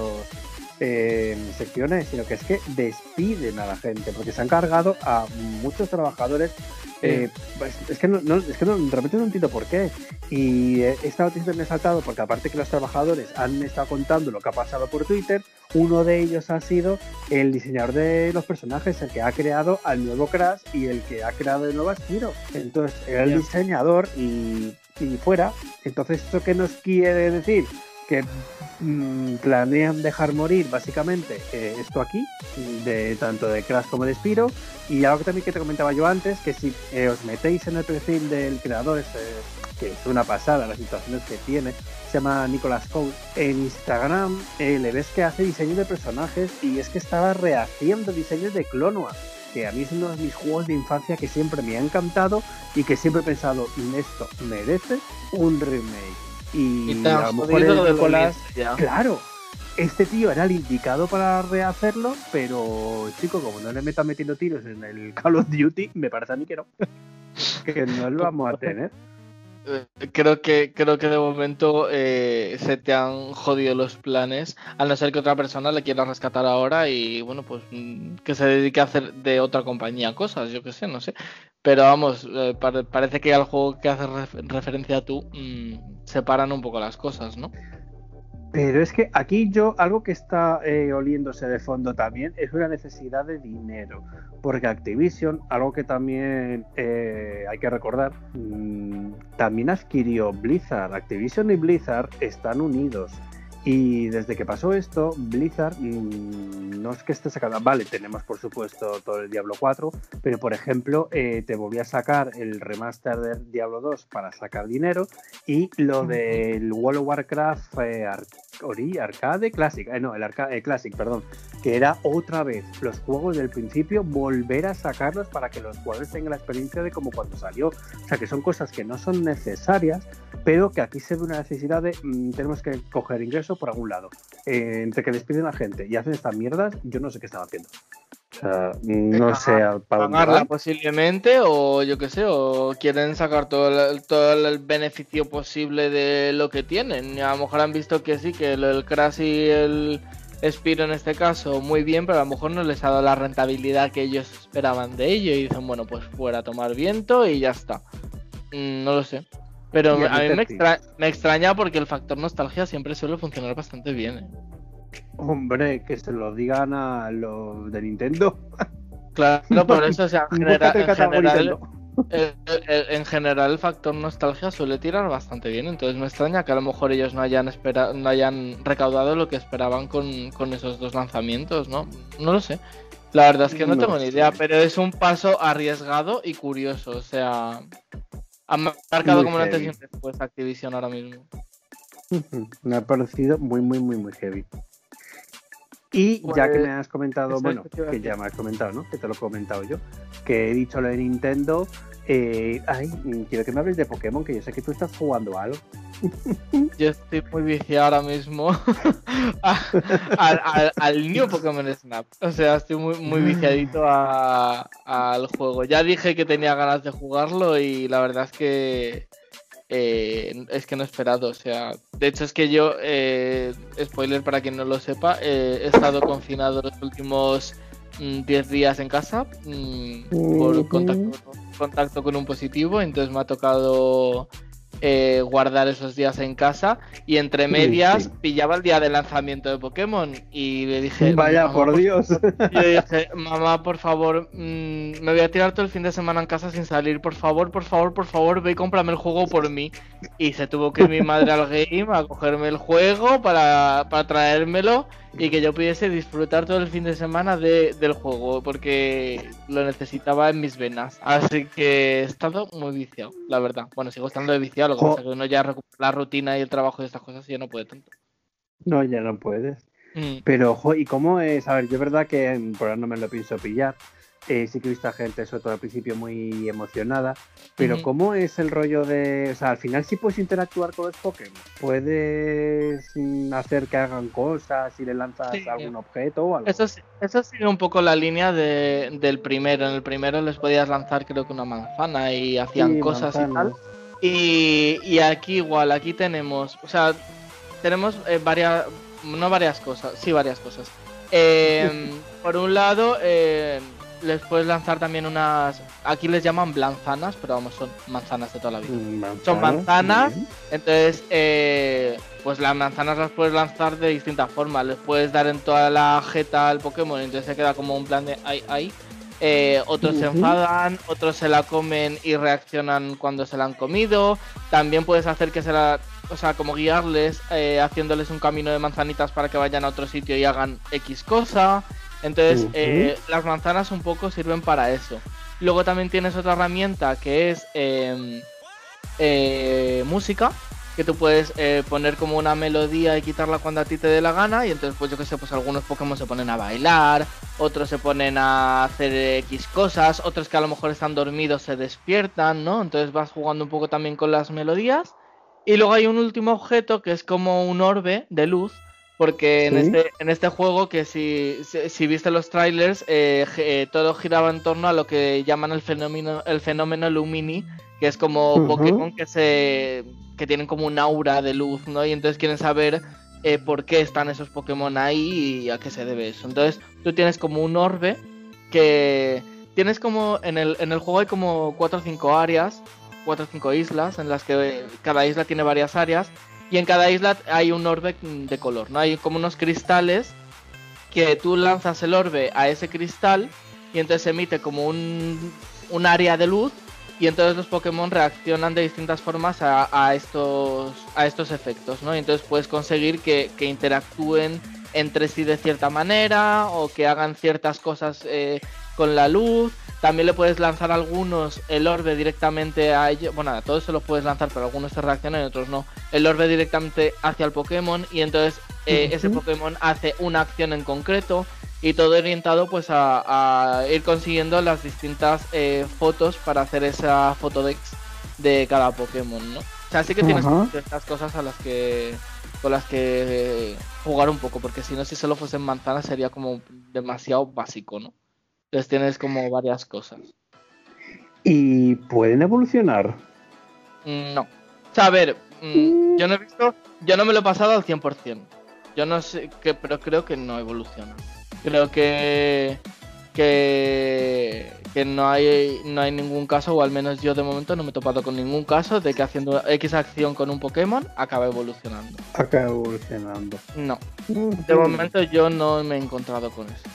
eh, secciones, sino que es que despiden a la gente, porque se han cargado a muchos trabajadores. Eh, pues, es que no, no, es que no, de repente no entiendo por qué. Y eh, esta noticia me ha saltado porque aparte que los trabajadores han estado contando lo que ha pasado por Twitter, uno de ellos ha sido el diseñador de los personajes, el que ha creado al nuevo Crash y el que ha creado el nuevo Spyro. Entonces era el diseñador y, y fuera. Entonces, ¿esto qué nos quiere decir? Que mmm, planean dejar morir básicamente eh, esto aquí, de tanto de Crash como de Spyro. Y algo que también que te comentaba yo antes, que si eh, os metéis en el perfil del creador, este, que es una pasada las situaciones que tiene, se llama Nicolas Cole, en Instagram eh, le ves que hace diseño de personajes y es que estaba rehaciendo diseños de Clonoa, que a mí es uno de mis juegos de infancia que siempre me ha encantado y que siempre he pensado, esto merece un remake. Y, y a lo mejor el Nicolás, claro, este tío era el indicado para rehacerlo, pero chico, como no le metan metiendo tiros en el Call of Duty, me parece a mí que no, que no lo vamos a tener. Creo que creo que de momento eh, se te han jodido los planes, a no ser que otra persona le quiera rescatar ahora y bueno, pues que se dedique a hacer de otra compañía cosas, yo que sé, no sé. Pero vamos, eh, pare- parece que al juego que haces ref- referencia tú mmm, separan un poco las cosas, ¿no? Pero es que aquí yo, algo que está eh, oliéndose de fondo también es una necesidad de dinero, porque Activision, algo que también eh, hay que recordar, mmm, también adquirió Blizzard. Activision y Blizzard están unidos. Y desde que pasó esto, Blizzard mmm, no es que esté sacando... Vale, tenemos por supuesto todo el Diablo cuatro, pero por ejemplo eh, te volví a sacar el remaster del Diablo dos para sacar dinero y lo del World of Warcraft eh, Ar Ori, Arcade Classic, eh, no, el Arcade eh, Classic, perdón, que era otra vez los juegos del principio, volver a sacarlos para que los jugadores tengan la experiencia de como cuando salió. O sea, que son cosas que no son necesarias, pero que aquí se ve una necesidad de mmm, tenemos que coger ingresos por algún lado. Eh, entre que despiden a gente y hacen estas mierdas, yo no sé qué están haciendo. O sea, no sé para dónde pagarla van. posiblemente, o yo qué sé, o quieren sacar todo el, todo el beneficio posible de lo que tienen. A lo mejor han visto que sí, que el Crash y el Spyro en este caso muy bien, pero a lo mejor no les ha dado la rentabilidad que ellos esperaban de ello y dicen, bueno, pues fuera a tomar viento y ya está. Mm, no lo sé. Pero a mí me, extra me extraña porque el factor nostalgia siempre suele funcionar bastante bien, ¿eh? Hombre, que se lo digan a los de Nintendo. Claro, por eso, o sea, en general, en, general, el, el, en general el factor nostalgia suele tirar bastante bien, entonces me extraña que a lo mejor ellos no hayan esperado, no hayan recaudado lo que esperaban con, con esos dos lanzamientos, ¿no? No lo sé. La verdad es que no, no tengo sé. ni idea, pero es un paso arriesgado y curioso, o sea, ha marcado muy como una antes y después Activision ahora mismo. Me ha parecido muy, muy, muy, muy heavy. Y pues, ya que me has comentado, bueno, que, que ya me has comentado, ¿no? Que te lo he comentado yo, que he dicho lo de Nintendo, eh, ay, quiero que me hables de Pokémon, que yo sé que tú estás jugando algo. Yo estoy muy viciado ahora mismo al, al, al New Pokémon Snap. O sea, estoy muy, muy viciadito a, al juego. Ya dije que tenía ganas de jugarlo y la verdad es que Eh, es que no he esperado, o sea, de hecho es que yo, eh, spoiler para quien no lo sepa, eh, he estado confinado los últimos diez días en casa mmm, por contacto, contacto con un positivo, entonces me ha tocado eh, guardar esos días en casa y entre medias sí. pillaba el día del lanzamiento de Pokémon y le dije... Vaya, por Dios. Yo dije, mamá, por favor, mmm, me voy a tirar todo el fin de semana en casa sin salir, por favor, por favor, por favor, ve y cómprame el juego por mí. Y se tuvo que ir mi madre al game a cogerme el juego para, para traérmelo y que yo pudiese disfrutar todo el fin de semana de, del juego, porque lo necesitaba en mis venas. Así que he estado muy viciado, la verdad. Bueno, sigo estando de viciado, lo que pasa es que uno ya recupera la rutina y el trabajo y estas cosas y ya no puede tanto. No, ya no puedes. Mm. Pero, ojo, ¿y cómo es? A ver, yo es verdad que por ahora no me lo pienso pillar. Eh, sí que he visto a gente, sobre todo al principio, muy emocionada. Pero, uh-huh. ¿cómo es el rollo de...? O sea, al final sí puedes interactuar con los Pokémon. ¿Puedes hacer que hagan cosas y le lanzas sí. algún objeto o algo? Eso, eso sigue un poco la línea de, del primero. En el primero les podías lanzar, creo que una manzana y hacían sí, cosas manzanas. y tal. Y, y aquí igual, aquí tenemos... O sea, tenemos eh, varias... No varias cosas, sí varias cosas. Eh, por un lado... Eh, les puedes lanzar también unas... Aquí les llaman blanzanas, pero vamos, son manzanas de toda la vida. ¿Manzanas? Son manzanas, bien. Entonces, eh, pues las manzanas las puedes lanzar de distintas formas. Les puedes dar en toda la jeta al Pokémon, entonces se queda como un plan de ay, ay. Eh, otros uh-huh. se enfadan, otros se la comen y reaccionan cuando se la han comido. También puedes hacer que se la... O sea, como guiarles, eh, haciéndoles un camino de manzanitas para que vayan a otro sitio y hagan X cosa. Entonces, uh-huh. eh, las manzanas un poco sirven para eso. Luego también tienes otra herramienta que es eh, eh, música, que tú puedes eh, poner como una melodía y quitarla cuando a ti te dé la gana. Y entonces, pues yo que sé, pues algunos Pokémon se ponen a bailar, otros se ponen a hacer X cosas, otros que a lo mejor están dormidos se despiertan, ¿no? Entonces vas jugando un poco también con las melodías. Y luego hay un último objeto que es como un orbe de luz. Porque ¿sí? en este en este juego, que si, si, si viste los trailers, eh, eh, todo giraba en torno a lo que llaman el fenómeno el fenómeno Lumini, que es como uh-huh. Pokémon que se que tienen como un aura de luz, ¿no? Y entonces quieren saber eh, por qué están esos Pokémon ahí y a qué se debe eso. Entonces tú tienes como un orbe que tienes como en el en el juego hay como cuatro o cinco áreas, cuatro o cinco islas en las que cada isla tiene varias áreas. Y en cada isla hay un orbe de color, ¿no? Hay como unos cristales que tú lanzas el orbe a ese cristal y entonces emite como un, un área de luz y entonces los Pokémon reaccionan de distintas formas a, a, estos, a estos efectos, ¿no? Y entonces puedes conseguir que, que interactúen entre sí de cierta manera o que hagan ciertas cosas eh, con la luz. También le puedes lanzar a algunos el orbe directamente a ellos. Bueno, a todos se los puedes lanzar, pero algunos te reaccionan y otros no. El orbe directamente hacia el Pokémon y entonces eh, uh-huh. ese Pokémon hace una acción en concreto y todo orientado pues a, a ir consiguiendo las distintas eh, fotos para hacer esa fotodex de cada Pokémon, ¿no? O sea, sí que tienes uh-huh. estas cosas a las que con las que eh, jugar un poco, porque si no, si solo fuesen manzanas sería como demasiado básico, ¿no? Entonces tienes como varias cosas. ¿Y pueden evolucionar? No. O sea, a ver, mm. yo no he visto... Yo no me lo he pasado al cien por ciento. Yo no sé, que, pero creo que no evoluciona. Creo que... Que, que no hay no hay ningún caso, o al menos yo de momento no me he topado con ningún caso de que haciendo X acción con un Pokémon acabe evolucionando. Acaba evolucionando. No. De momento yo no me he encontrado con eso.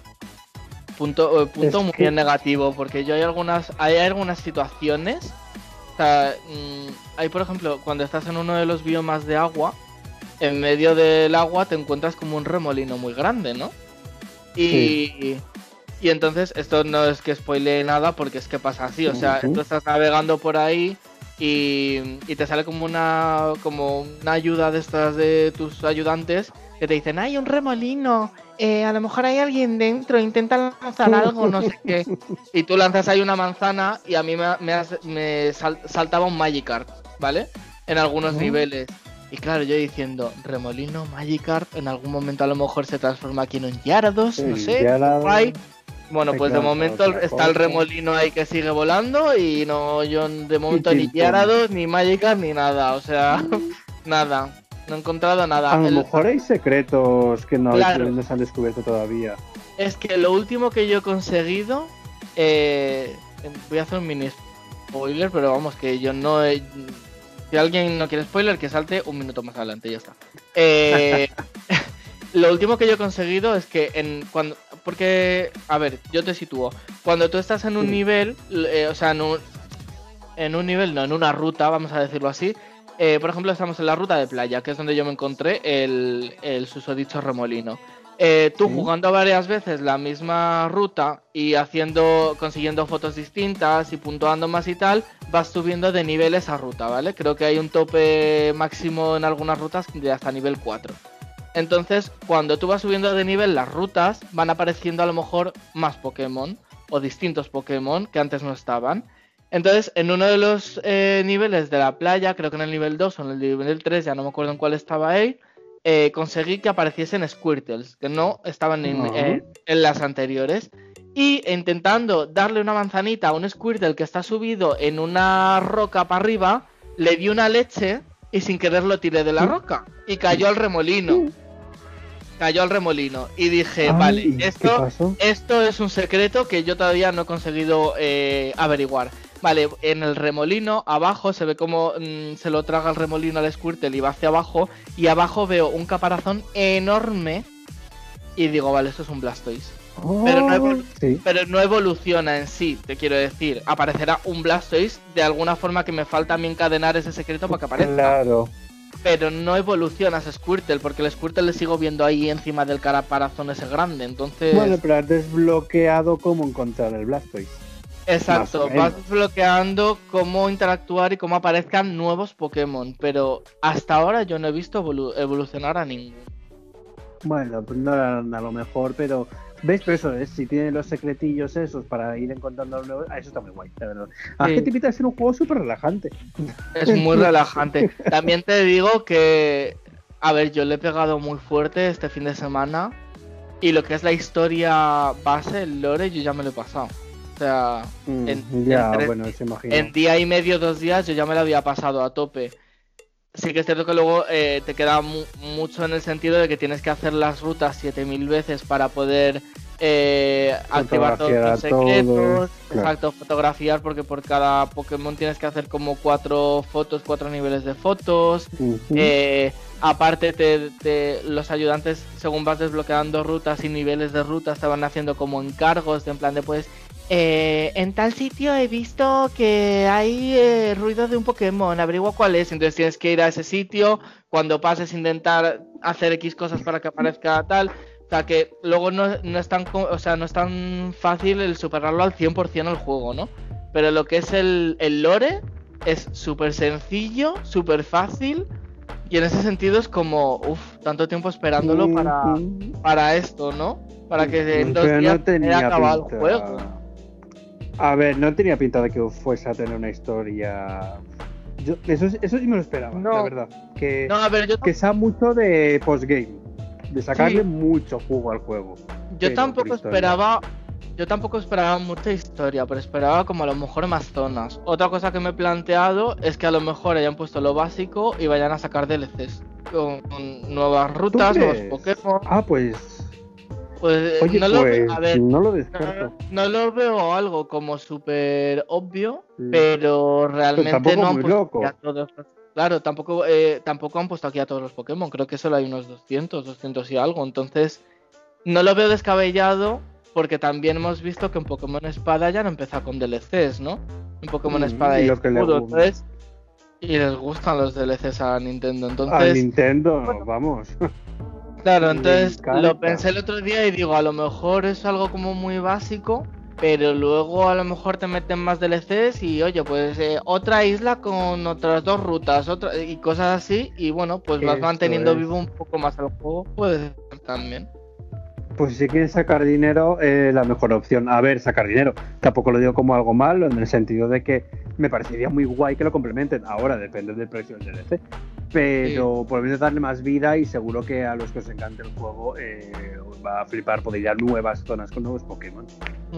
Punto, eh, punto muy que... negativo, porque yo hay algunas hay algunas situaciones, o sea, mmm, hay por ejemplo, cuando estás en uno de los biomas de agua, en medio del agua te encuentras como un remolino muy grande, ¿no? Y, sí. y entonces, esto no es que spoilee nada, porque es que pasa así, o sea, uh-huh. tú estás navegando por ahí y, y te sale como una, como una ayuda de estas de tus ayudantes, que te dicen, ¡ay, un remolino! Eh, a lo mejor hay alguien dentro, intenta lanzar algo, no sé qué. Y tú lanzas ahí una manzana y a mí me, me, me sal, saltaba un Magikarp, ¿vale? En algunos ¿no? niveles. Y claro, yo diciendo, remolino, Magikarp, en algún momento a lo mejor se transforma aquí en un Gyarados, no sé. Gyarados. Bueno, pues de momento está el remolino ahí que sigue volando y no, yo de momento ni Gyarados, ni Magikarp, ni nada, o sea, nada. No he encontrado nada. A lo el... mejor hay secretos que no, claro. no se han descubierto todavía. Es que lo último que yo he conseguido, eh, voy a hacer un mini spoiler, pero vamos, que yo no he... Si alguien no quiere spoiler, que salte un minuto más adelante, ya está. Eh, lo último que yo he conseguido es que en cuando... Porque, a ver, yo te sitúo. Cuando tú estás en un Sí. nivel, eh, o sea, en un, en un nivel, no, en una ruta, vamos a decirlo así. Eh, por ejemplo, estamos en la ruta de playa, que es donde yo me encontré el, el susodicho remolino. Eh, tú Sí. jugando varias veces la misma ruta y haciendo, consiguiendo fotos distintas y puntuando más y tal, vas subiendo de nivel esa ruta, ¿vale? Creo que hay un tope máximo en algunas rutas de hasta nivel cuatro. Entonces, cuando tú vas subiendo de nivel las rutas, van apareciendo a lo mejor más Pokémon o distintos Pokémon que antes no estaban. Entonces, en uno de los eh, niveles de la playa, creo que en el nivel dos o en el nivel tres, ya no me acuerdo en cuál estaba ahí, eh, conseguí que apareciesen Squirtles, que no estaban en, Ah. eh, en las anteriores. Y intentando darle una manzanita a un Squirtle que está subido en una roca para arriba, le di una leche y sin querer lo tiré de la roca. Y cayó al remolino. Cayó al remolino. Y dije, Ay, vale, ¿y qué esto, pasó? esto es un secreto que yo todavía no he conseguido eh, averiguar. Vale, en el remolino, abajo se ve como mmm, se lo traga el remolino al Squirtle y va hacia abajo. Y abajo veo un caparazón enorme. Y digo, vale, esto es un Blastoise. Oh, Pero no, evolu- sí. pero no evoluciona en sí, te quiero decir. Aparecerá un Blastoise de alguna forma que me falta a mí encadenar ese secreto para que aparezca. Claro. Pero no evolucionas a Squirtle, porque el Squirtle le sigo viendo ahí encima del caparazón ese grande, entonces... Bueno, pero has desbloqueado cómo encontrar el Blastoise. Exacto, más o menos. vas desbloqueando cómo interactuar y cómo aparezcan nuevos Pokémon, pero hasta ahora yo no he visto evolu- evolucionar a ninguno. Bueno, pues no eran a lo mejor, pero ¿ves? Pero eso es, si tienen los secretillos esos para ir encontrando los nuevos, ah, eso está muy guay, la verdad. Ah, Sí. que te pinta ser un juego súper relajante. Es muy relajante. También te digo que, a ver, yo le he pegado muy fuerte este fin de semana y lo que es la historia base, el lore, yo ya me lo he pasado. O sea, Mm, en, ya, en tres- bueno, se imagina. en día y medio, dos días, yo ya me lo había pasado a tope. Sí que es cierto que luego eh, te queda mu- mucho en el sentido de que tienes que hacer las rutas siete mil veces para poder eh, activar todos Fotografiar los a todos, secretos. claro. Exacto, fotografiar, porque por cada Pokémon tienes que hacer como cuatro fotos, cuatro niveles de fotos. Ujú. Eh, aparte, te, te- los ayudantes, según vas desbloqueando rutas y niveles de rutas, te van haciendo como encargos, de en plan de pues. Eh, en tal sitio he visto que hay eh, ruido de un Pokémon, averigua cuál es, entonces tienes que ir a ese sitio, cuando pases intentar hacer X cosas para que aparezca tal, o sea que luego no, no es tan, co- o sea, no es tan fácil el superarlo al cien por ciento el juego, ¿no? Pero lo que es el, el lore es súper sencillo, súper fácil, y en ese sentido es como, uff, tanto tiempo esperándolo para, Ujú. para esto, ¿no? Para que en dos Pero días no tenía haya acabado pinta. el juego. A ver, no tenía pinta de que fuese a tener una historia. Yo, eso, eso sí me lo esperaba, No. la verdad. Que, No, a ver, yo, que sea mucho de postgame. De sacarle Sí. mucho jugo al juego. yo pero tampoco por historia. esperaba. Yo tampoco esperaba mucha historia, pero esperaba como a lo mejor más zonas. Otra cosa que me he planteado es que a lo mejor hayan puesto lo básico y vayan a sacar D L Cs. Con, con nuevas ¿Tú rutas, nuevos crees? Pokémon. Ah, pues. Pues Oye, no lo pues veo. A ver, no lo no, descarto. no lo veo algo como súper obvio, Mm. pero realmente tampoco no han muy puesto loco. aquí a todos los- Claro, tampoco, eh, tampoco han puesto aquí a todos los Pokémon. Creo que solo hay unos doscientos, doscientos y algo. Entonces, no lo veo descabellado porque también hemos visto que en Pokémon Espada ya han empezado con D L Cs, ¿no? En Pokémon Mm, Espada y y lo que le Escudo, gusta. entonces, y les gustan los D L Cs a Nintendo. A Entonces, Nintendo, bueno. vamos. claro, le entonces encanta. lo pensé el otro día y digo, a lo mejor es algo como muy básico, pero luego a lo mejor te meten más D L Cs y oye, pues eh, otra isla con otras dos rutas, otra y cosas así, y bueno, pues vas Eso manteniendo es. vivo un poco más el juego, puede ser también. Pues si quieres sacar dinero, eh, la mejor opción. A ver, sacar dinero. Tampoco lo digo como algo malo, en el sentido de que me parecería muy guay que lo complementen. Ahora depende del precio del D L C. Pero por lo menos darle más vida y seguro que a los que os encante el juego eh, os va a flipar poder ir a nuevas zonas con nuevos Pokémon.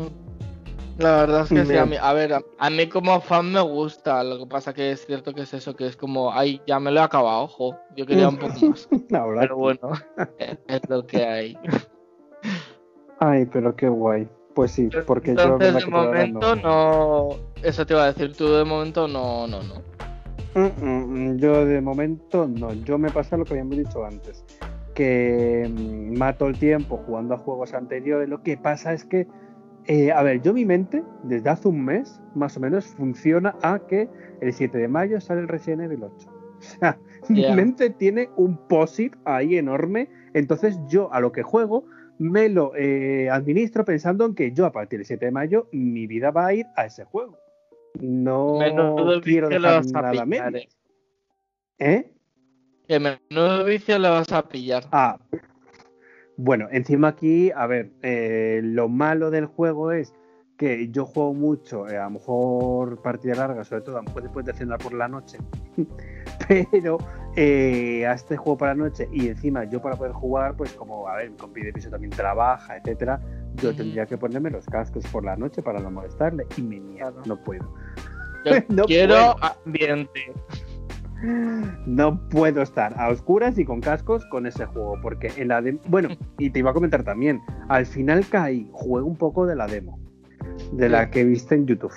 La verdad es que sí, Me- a mí, a ver, a, a mí como fan me gusta, lo que pasa que es cierto que es eso, que es como, ay, ya me lo he acabado, ojo, yo quería un poco más, Ahora pero sí. bueno, es lo que hay. Ay, pero qué guay. Pues sí, porque yo Entonces, la de controladora momento no... Eso te iba a decir, tú de momento no, no, no. Mm, mm, yo de momento no. Yo me pasa lo que habíamos dicho antes, que mm, mato el tiempo jugando a juegos anteriores. Lo que pasa es que, eh, a ver, yo mi mente, desde hace un mes, más o menos, funciona a que el siete de mayo sale el Resident Evil ocho. O sea, mi Yeah. mente tiene un posit ahí enorme. Entonces yo a lo que juego me lo eh, administro pensando en que yo a partir del siete de mayo mi vida va a ir a ese juego. No Menudo quiero vicio le dejar vas a nada pillar, medio. eh. ¿Eh? Que menudo vicio le vas a pillar. Ah, bueno, encima aquí, a ver, eh, lo malo del juego es que yo juego mucho, eh, a lo mejor partida larga, sobre todo a lo mejor después de cenar por la noche, pero eh, a este juego por la noche y encima yo para poder jugar, pues como, a ver, mi compi de piso también trabaja, etcétera, yo Ujú. tendría que ponerme los cascos por la noche para no molestarle y me niego, Claro. no puedo. Yo No quiero puedo. ambiente. No puedo estar a oscuras y con cascos con ese juego, porque en la demo, bueno, y te iba a comentar también, al final caí, jugué un poco de la demo, de la que viste en YouTube.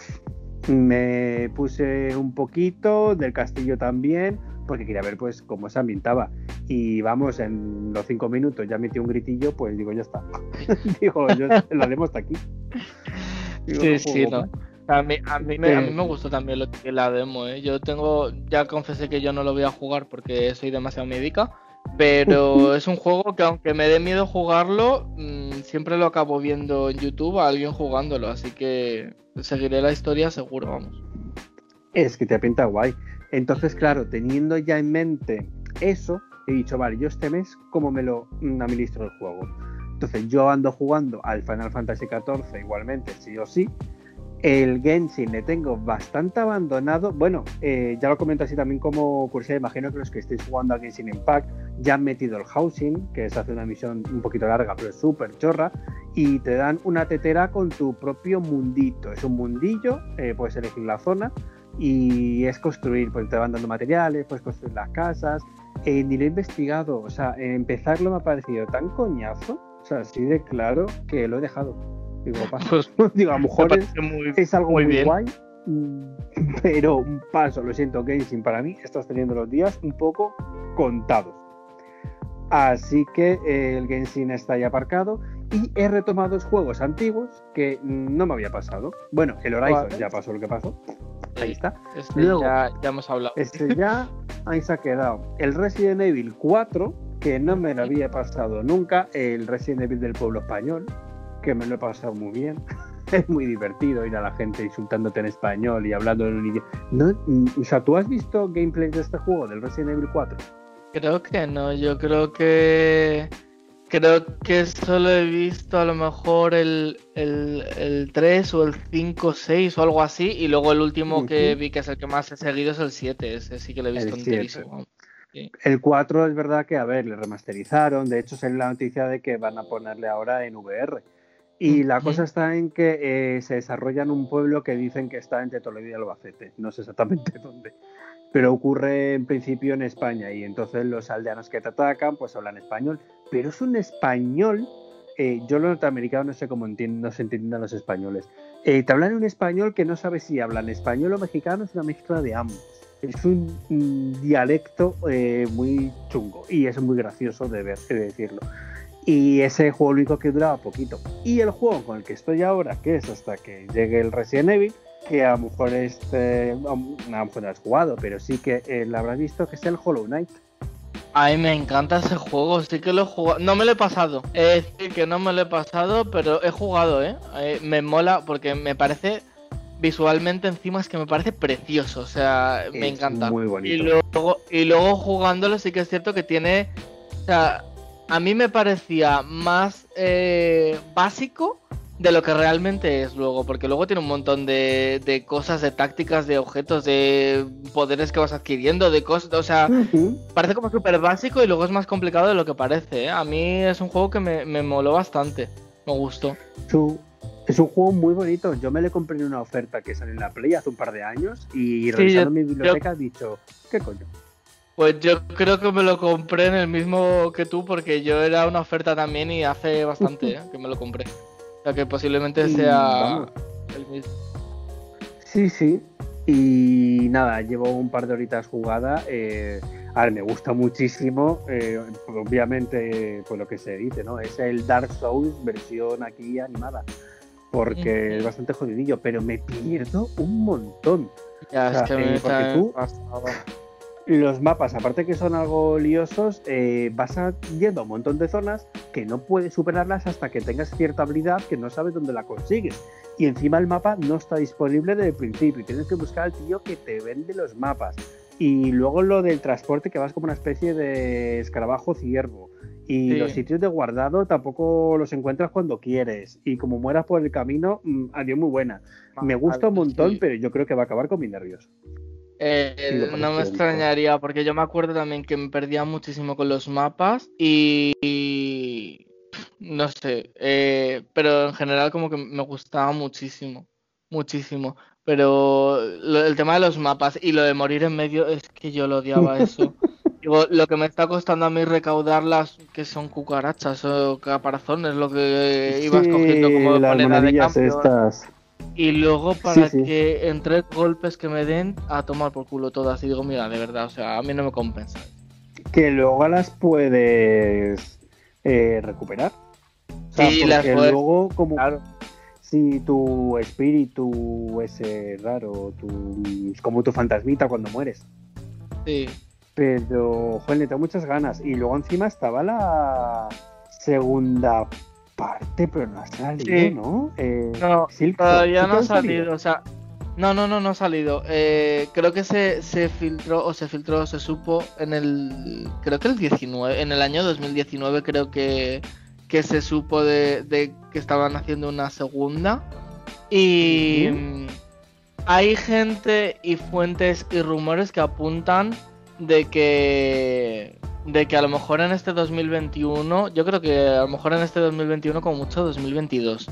Me puse un poquito del castillo también, porque quería ver pues cómo se ambientaba. Y vamos, en los cinco minutos ya metí un gritillo, pues digo, ya está. Digo, yo la demo está aquí. Digo, Sí, no sí, juego no. más. A mí, a, mí me, a mí Eh, me gustó también lo que la demo, ¿eh? Yo tengo, ya confesé que yo no lo voy a jugar porque soy demasiado médica, pero es un juego que aunque me dé miedo jugarlo, mmm, siempre lo acabo viendo en YouTube a alguien jugándolo, así que seguiré la historia seguro, vamos. Es que te pinta guay. Entonces, claro, teniendo ya en mente eso, he dicho, vale, yo este mes, ¿cómo me lo administro el juego? Entonces, yo ando jugando al Final Fantasy catorce igualmente, sí o sí. El Genshin le tengo bastante abandonado. Bueno, eh, ya lo comento así también como curiosidad. Imagino que los que estéis jugando al Genshin Impact ya han metido el housing, que es hacer una misión un poquito larga, pero es súper chorra. Y te dan una tetera con tu propio mundito. Es un mundillo, eh, puedes elegir la zona y es construir. Pues te van dando materiales, puedes construir las casas. Eh, ni lo he investigado. O sea, empezarlo me ha parecido tan coñazo, o sea, así de claro, que lo he dejado. Digo, paso. Pues Digo, a lo me mejor es, parece muy, es algo muy muy, bien. guay, pero un paso, lo siento, Genshin, para mí estás teniendo los días un poco contados. Así que eh, el Genshin está ahí aparcado y he retomado los juegos antiguos que no me había pasado. Bueno, el Horizon ¿Cuál? ya pasó lo que pasó. Sí, Ahí está. este Luego, ya, ya hemos hablado. este ya ahí se ha quedado. El Resident Evil cuatro, que no me lo había pasado nunca. El Resident Evil del pueblo español, que me lo he pasado muy bien. Es muy divertido ir a la gente insultándote en español y hablando en un idioma. No, o sea, ¿tú has visto gameplay de este juego, del Resident Evil cuatro? Creo que no, yo creo que creo que solo he visto a lo mejor el, el, el tres o el cinco, seis o algo así, y luego el último Uh-huh. que vi, que es el que más he seguido, es el siete, ese sí que lo he visto El enterísimo. Sí. El cuatro es verdad que, a ver, le remasterizaron. De hecho, sale la noticia de que van a ponerle ahora en V R. Y la cosa está en que eh, se desarrolla en un pueblo que dicen que está entre Toledo y Albacete. No sé exactamente dónde. Pero ocurre en principio en España. Y entonces los aldeanos que te atacan pues hablan español. Pero es un español. Eh, yo los norteamericanos no sé cómo entienden, no se entienden a los españoles. Eh, te hablan un español que no sabes si hablan español o mexicano. Es una mezcla de ambos. Es un, un dialecto eh, muy chungo. Y es muy gracioso de ver, de decirlo. Y ese juego único que duraba poquito. Y el juego con el que estoy ahora, que es hasta que llegue el Resident Evil, que a lo mejor este, a lo mejor no has jugado, pero sí que eh, lo habrás visto, que es el Hollow Knight. A mí me encanta ese juego, sí que lo he jugado. No me lo he pasado, es decir, que no me lo he pasado, pero he jugado, ¿eh? eh me mola porque me parece, visualmente encima es que me parece precioso, o sea, me es encanta. Muy bonito. Y luego, y luego jugándolo sí que es cierto que tiene, o sea, a mí me parecía más eh, básico de lo que realmente es luego, porque luego tiene un montón de, de cosas, de tácticas, de objetos, de poderes que vas adquiriendo, de cosas, o sea, uh-huh. Parece como súper básico y luego es más complicado de lo que parece, ¿eh? A mí es un juego que me, me moló bastante, me gustó. Su, es un juego muy bonito, yo me le compré en una oferta que salió en la Play hace un par de años y revisando sí, yo, mi biblioteca yo... he dicho, ¿qué coño? Pues yo creo que me lo compré en el mismo que tú, porque yo era una oferta también y hace bastante, ¿eh? Que me lo compré. O sea que posiblemente Y sea vamos. el mismo. Sí, sí. Y nada, llevo un par de horitas jugada. Eh, a ver, me gusta muchísimo. Eh, obviamente, pues lo que se dice, ¿no? Es el Dark Souls versión aquí animada. Porque Ujú. es bastante jodidillo, pero me pierdo un montón. Ya, O es sea, que eh, me porque está tú, pasado. los mapas, aparte que son algo liosos, eh, vas a- yendo a un montón de zonas que no puedes superarlas hasta que tengas cierta habilidad que no sabes dónde la consigues. Y encima el mapa no está disponible desde el principio. Tienes que buscar al tío que te vende los mapas. Y luego lo del transporte, que vas como una especie de escarabajo ciervo. Y los Sí. sitios de guardado tampoco los encuentras cuando quieres. Y como mueras por el camino, mmm, adiós muy buena. Me gusta un Vale, montón, sí. pero yo creo que va a acabar con mis nervios. Y lo Eh, por no me accidente. extrañaría, porque yo me acuerdo también que me perdía muchísimo con los mapas y, y no sé, eh, pero en general como que me gustaba muchísimo, muchísimo. Pero lo- el tema de los mapas y lo de morir en medio es que yo lo odiaba eso. Digo, lo que me está costando a mí recaudar las que son cucarachas o caparazones, lo que ibas cogiendo Sí, como las moneda de monedillas cambio. estas. Y luego Sí, para sí. que en tres golpes que me den a tomar por culo todas. Y digo, mira, de verdad, o sea, a mí no me compensa. Que luego las puedes eh, recuperar. O sea, Sí, las porque puedes, luego, como claro, si tu espíritu ese raro, tu, como tu fantasmita cuando mueres. sí. Pero, joder, le tengo muchas ganas. Y luego encima estaba la segunda parte, pero no ha salido, Sí, ¿no? Eh, no, Silksong, todavía ¿sí que no ha han salido? salido, o sea, no, no, no, no ha salido. Eh, creo que se, se filtró, o se filtró, se supo en el, creo que el diecinueve, en el año dos mil diecinueve creo que, que se supo de, de que estaban haciendo una segunda. Y Uh-huh. mm, hay gente y fuentes y rumores que apuntan de que de que a lo mejor en este dos mil veintiuno, yo creo que a lo mejor en este dos mil veintiuno como mucho dos mil veintidós.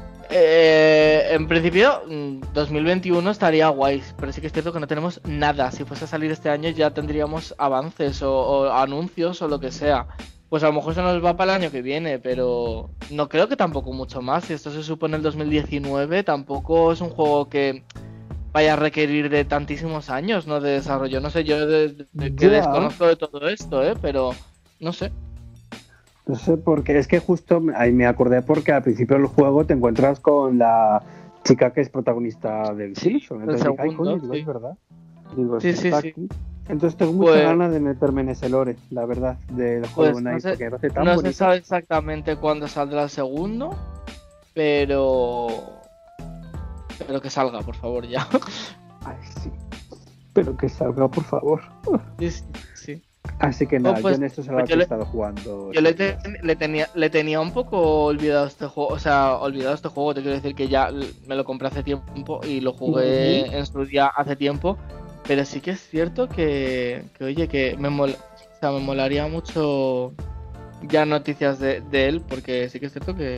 Eh, en principio mm, dos mil veintiuno estaría guay, pero sí que es cierto que no tenemos nada. Si fuese a salir este año ya tendríamos avances o, o anuncios o lo que sea. Pues a lo mejor se nos va para el año que viene, pero no creo que tampoco mucho más. Si esto se supone el dos mil diecinueve, tampoco es un juego que vaya a requerir de tantísimos años, ¿no? De desarrollo. No sé, yo de, de, que Ya. desconozco de todo esto, ¿eh? Pero no sé. No sé por qué, es que justo ahí me acordé porque al principio del juego te encuentras con la chica que es protagonista del Sí, Silson. el Entonces dije, ay, coño, segundo, digo, es sí. verdad. Digo, Sí, si sí, está sí. aquí. Entonces tengo muchas Pues, ganas de meterme en ese lore, la verdad, del Hollow pues no Knight, sé, porque me parece tan no se bonito. sabe exactamente cuándo saldrá el segundo, pero pero que salga, por favor, ya. Ay, sí. Pero que salga, por favor. Sí, sí, sí. Así que Oh, nada, yo pues, en esto es pues algo que yo he le, estado jugando yo le, estos te- días. le tenía le tenía un poco olvidado este juego, o sea, olvidado este juego, te quiero decir que ya l- me lo compré hace tiempo y lo Ujú. jugué en su día hace tiempo, pero sí que es cierto que, que oye, que me mola, o sea, me molaría mucho ya noticias de, de él, porque sí que es cierto que,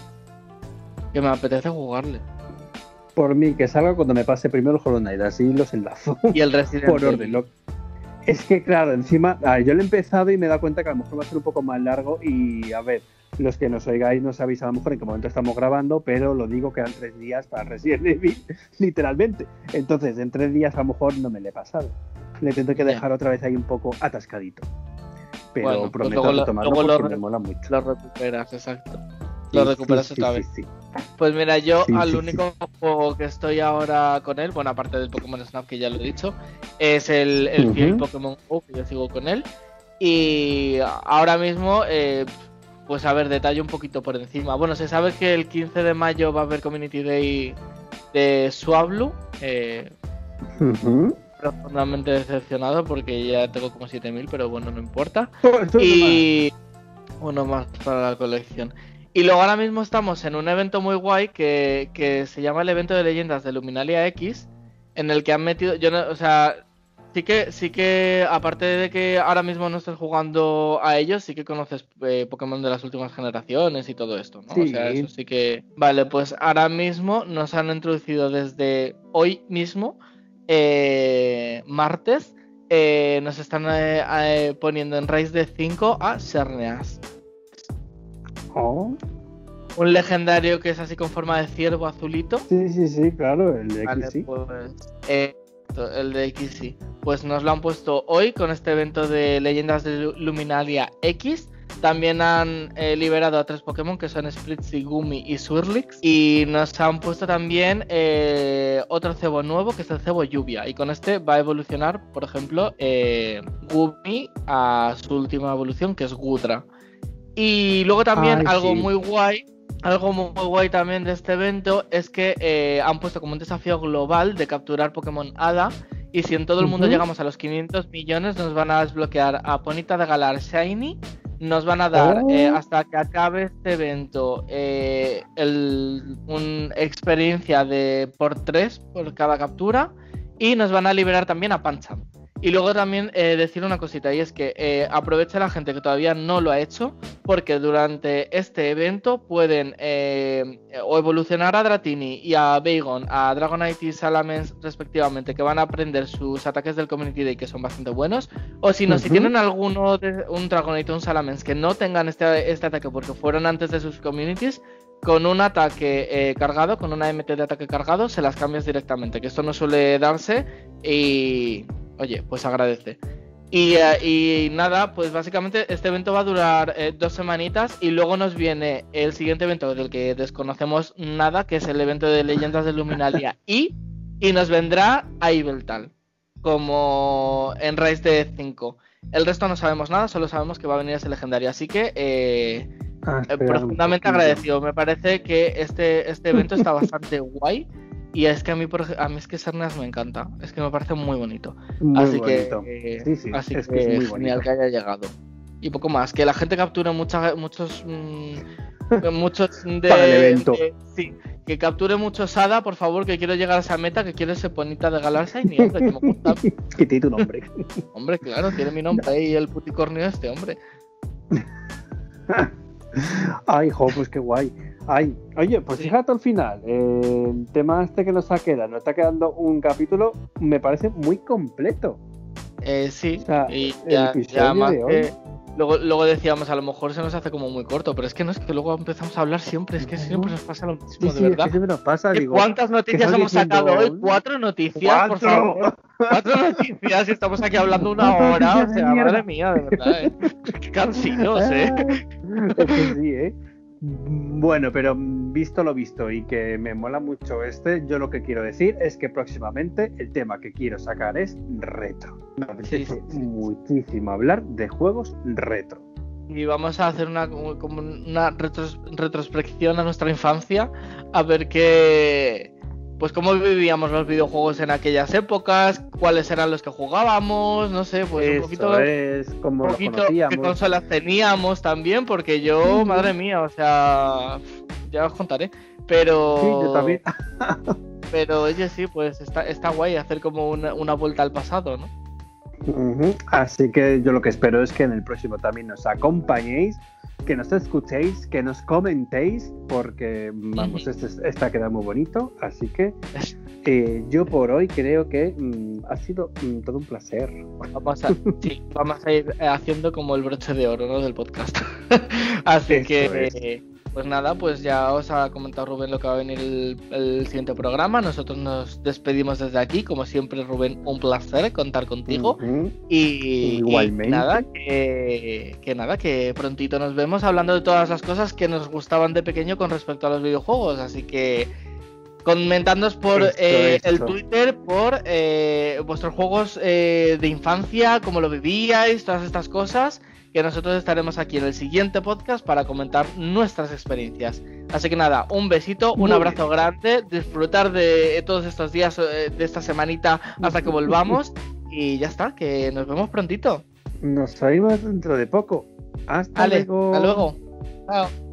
que me apetece jugarle. Por mí, que salga cuando me pase primero el Hollow Knight, así los enlazo. Y el Resident Por orden. Evil. Lo... Es que, claro, encima, a ver, yo lo he empezado y me he dado cuenta que a lo mejor va a ser un poco más largo. Y a ver, los que nos oigáis no sabéis a lo mejor en qué momento estamos grabando, pero lo digo, quedan tres días para Resident Evil, literalmente. Entonces, en tres días a lo mejor no me le he pasado. Le tendré que Ya. dejar otra vez ahí un poco atascadito. Pero Bueno, pues prometo luego lo, retomarlo luego lo, porque me re- mola mucho. lo recuperas, exacto. Lo Sí, sí, recuperas sí, otra sí, vez. sí. Pues mira, yo Sí, al sí, sí. único juego que estoy ahora con él, bueno, aparte del Pokémon Snap que ya lo he dicho, es el, el Uh-huh. fiel Pokémon Go, que yo sigo con él. Y ahora mismo, eh, pues a ver, detalle un poquito por encima. Bueno, se sabe que el quince de mayo va a haber Community Day de Swablu. Eh, Uh-huh. profundamente decepcionado porque ya tengo como siete mil, pero bueno, no importa. Oh, esto es Y uno más para la colección. Y luego ahora mismo estamos en un evento muy guay que, que se llama el evento de leyendas de Luminalia X, en el que han metido, yo no, o sea, sí que, sí que, aparte de que ahora mismo no estés jugando a ellos, sí que conoces eh, Pokémon de las últimas generaciones y todo esto, ¿no? O sea, eso Sí. sí que... Vale, pues ahora mismo nos han introducido desde hoy mismo, eh, martes, eh, nos están eh, eh, poniendo en raíz de cinco a Xerneas. Oh. Un legendario que es así con forma de ciervo azulito. Sí, sí, sí, claro, el de Vale, X sí. pues, eh, el de X sí. Pues nos lo han puesto hoy con este evento de Leyendas de Luminaria X. También han eh, liberado a tres Pokémon que son Spritzee, Gumi y Swirlix. Y nos han puesto también eh, otro cebo nuevo que es el cebo Lluvia. Y con este va a evolucionar, por ejemplo, eh, Gumi a su última evolución que es Gudra. Y luego también Ay, algo sí. muy guay. Algo muy guay también de este evento es que eh, han puesto como un desafío global de capturar Pokémon Hada. Y si en todo el mundo Ujú. llegamos a los quinientos millones, nos van a desbloquear a Ponyta de Galar Shiny. Nos van a dar, Oh. eh, hasta que acabe este evento, eh, el, una experiencia de por tres por cada captura. Y nos van a liberar también a Pancham. Y luego también eh, decir una cosita, y es que eh, aprovecha la gente que todavía no lo ha hecho, porque durante este evento pueden eh, o evolucionar a Dratini y a Bagon, a Dragonite y Salamence respectivamente, que van a aprender sus ataques del Community Day, que son bastante buenos. O si no, uh-huh. si tienen alguno, de, un Dragonite o un Salamence que no tengan este, este ataque porque fueron antes de sus communities, con un ataque eh, cargado, con una M T de ataque cargado, se las cambias directamente, que esto no suele darse y... Oye, pues agradece. Y, uh, y nada, pues básicamente este evento va a durar eh, dos semanitas y luego nos viene el siguiente evento del que desconocemos nada, que es el evento de Leyendas de Luminaria y, y nos vendrá a Ibeltal, como en raíz de cinco. El resto no sabemos nada, solo sabemos que va a venir ese legendario, así que eh, ah, eh, profundamente agradecido. Me parece que este, este evento está bastante guay. Y es que a mí, por, a mí es que Xerneas me encanta. Es que me parece muy bonito. Muy así bonito. que, sí, sí, así es que, que es muy genial bonito. que haya llegado. Y poco más. Que la gente capture mucha, muchos... Mmm, muchos de... Para el evento. De, sí. Que capture muchos Hada, por favor, que quiero llegar a esa meta, que quiero ese Ponyta de Galar Shiny, hombre, que me gusta. Que tiene tu nombre. Hombre, claro, tiene mi nombre ahí y el puticornio este, hombre. Ay, jo, pues qué guay. Ay, oye, pues sí. Fíjate al final, eh, el tema este que nos ha quedado, nos está quedando un capítulo, me parece muy completo. Eh, sí, o sea, y el ya, episodio ya más de hoy... que luego, luego decíamos, a lo mejor se nos hace como muy corto, pero es que no es que luego empezamos a hablar siempre, es que siempre nos pasa lo mismo, sí, de sí, verdad. Es que siempre nos pasa, digo, ¿cuántas noticias hemos diciendo... sacado hoy? Cuatro noticias, ¿Cuatro? por favor. Cuatro noticias y estamos aquí hablando una hora, o sea, madre mía, de verdad, ¿eh? Qué cansinos, ¿eh? Es que sí, ¿eh? Bueno, pero visto lo visto y que me mola mucho este, yo lo que quiero decir es que próximamente el tema que quiero sacar es retro. Me apetece sí, sí, sí. muchísimo hablar de juegos retro. Y vamos a hacer una, como una retros, retrospección a nuestra infancia, a ver qué... Pues cómo vivíamos los videojuegos en aquellas épocas, cuáles eran los que jugábamos, no sé, pues Eso un poquito, es, como un poquito qué consolas teníamos también, porque yo, madre mía, o sea, ya os contaré, pero... Sí, yo también. Pero oye, sí, pues está, está guay hacer como una, una vuelta al pasado, ¿no? Uh-huh. Así que yo lo que espero es que en el próximo también nos acompañéis, que nos escuchéis, que nos comentéis, porque vamos, este está quedando muy bonito, así que eh, yo por hoy creo que mm, ha sido mm, todo un placer. Vamos a, sí, vamos a ir haciendo como el broche de oro, ¿no? Del podcast. Así Esto que es. eh, pues nada, pues ya os ha comentado Rubén lo que va a venir el, el siguiente programa. Nosotros nos despedimos desde aquí, como siempre, Rubén, un placer contar contigo. Uh-huh. y, Igualmente. y nada, que, que nada, que prontito nos vemos hablando de todas las cosas que nos gustaban de pequeño con respecto a los videojuegos. Así que comentándonos por esto, eh, esto. el Twitter, por eh, vuestros juegos eh, de infancia, cómo lo vivíais, todas estas cosas, que nosotros estaremos aquí en el siguiente podcast para comentar nuestras experiencias. Así que nada, un besito, un Muy abrazo bien. grande, disfrutar de todos estos días, de esta semanita hasta que volvamos y ya está, que nos vemos prontito. Nos oímos dentro de poco. Hasta vale, luego. Hasta luego. Chao.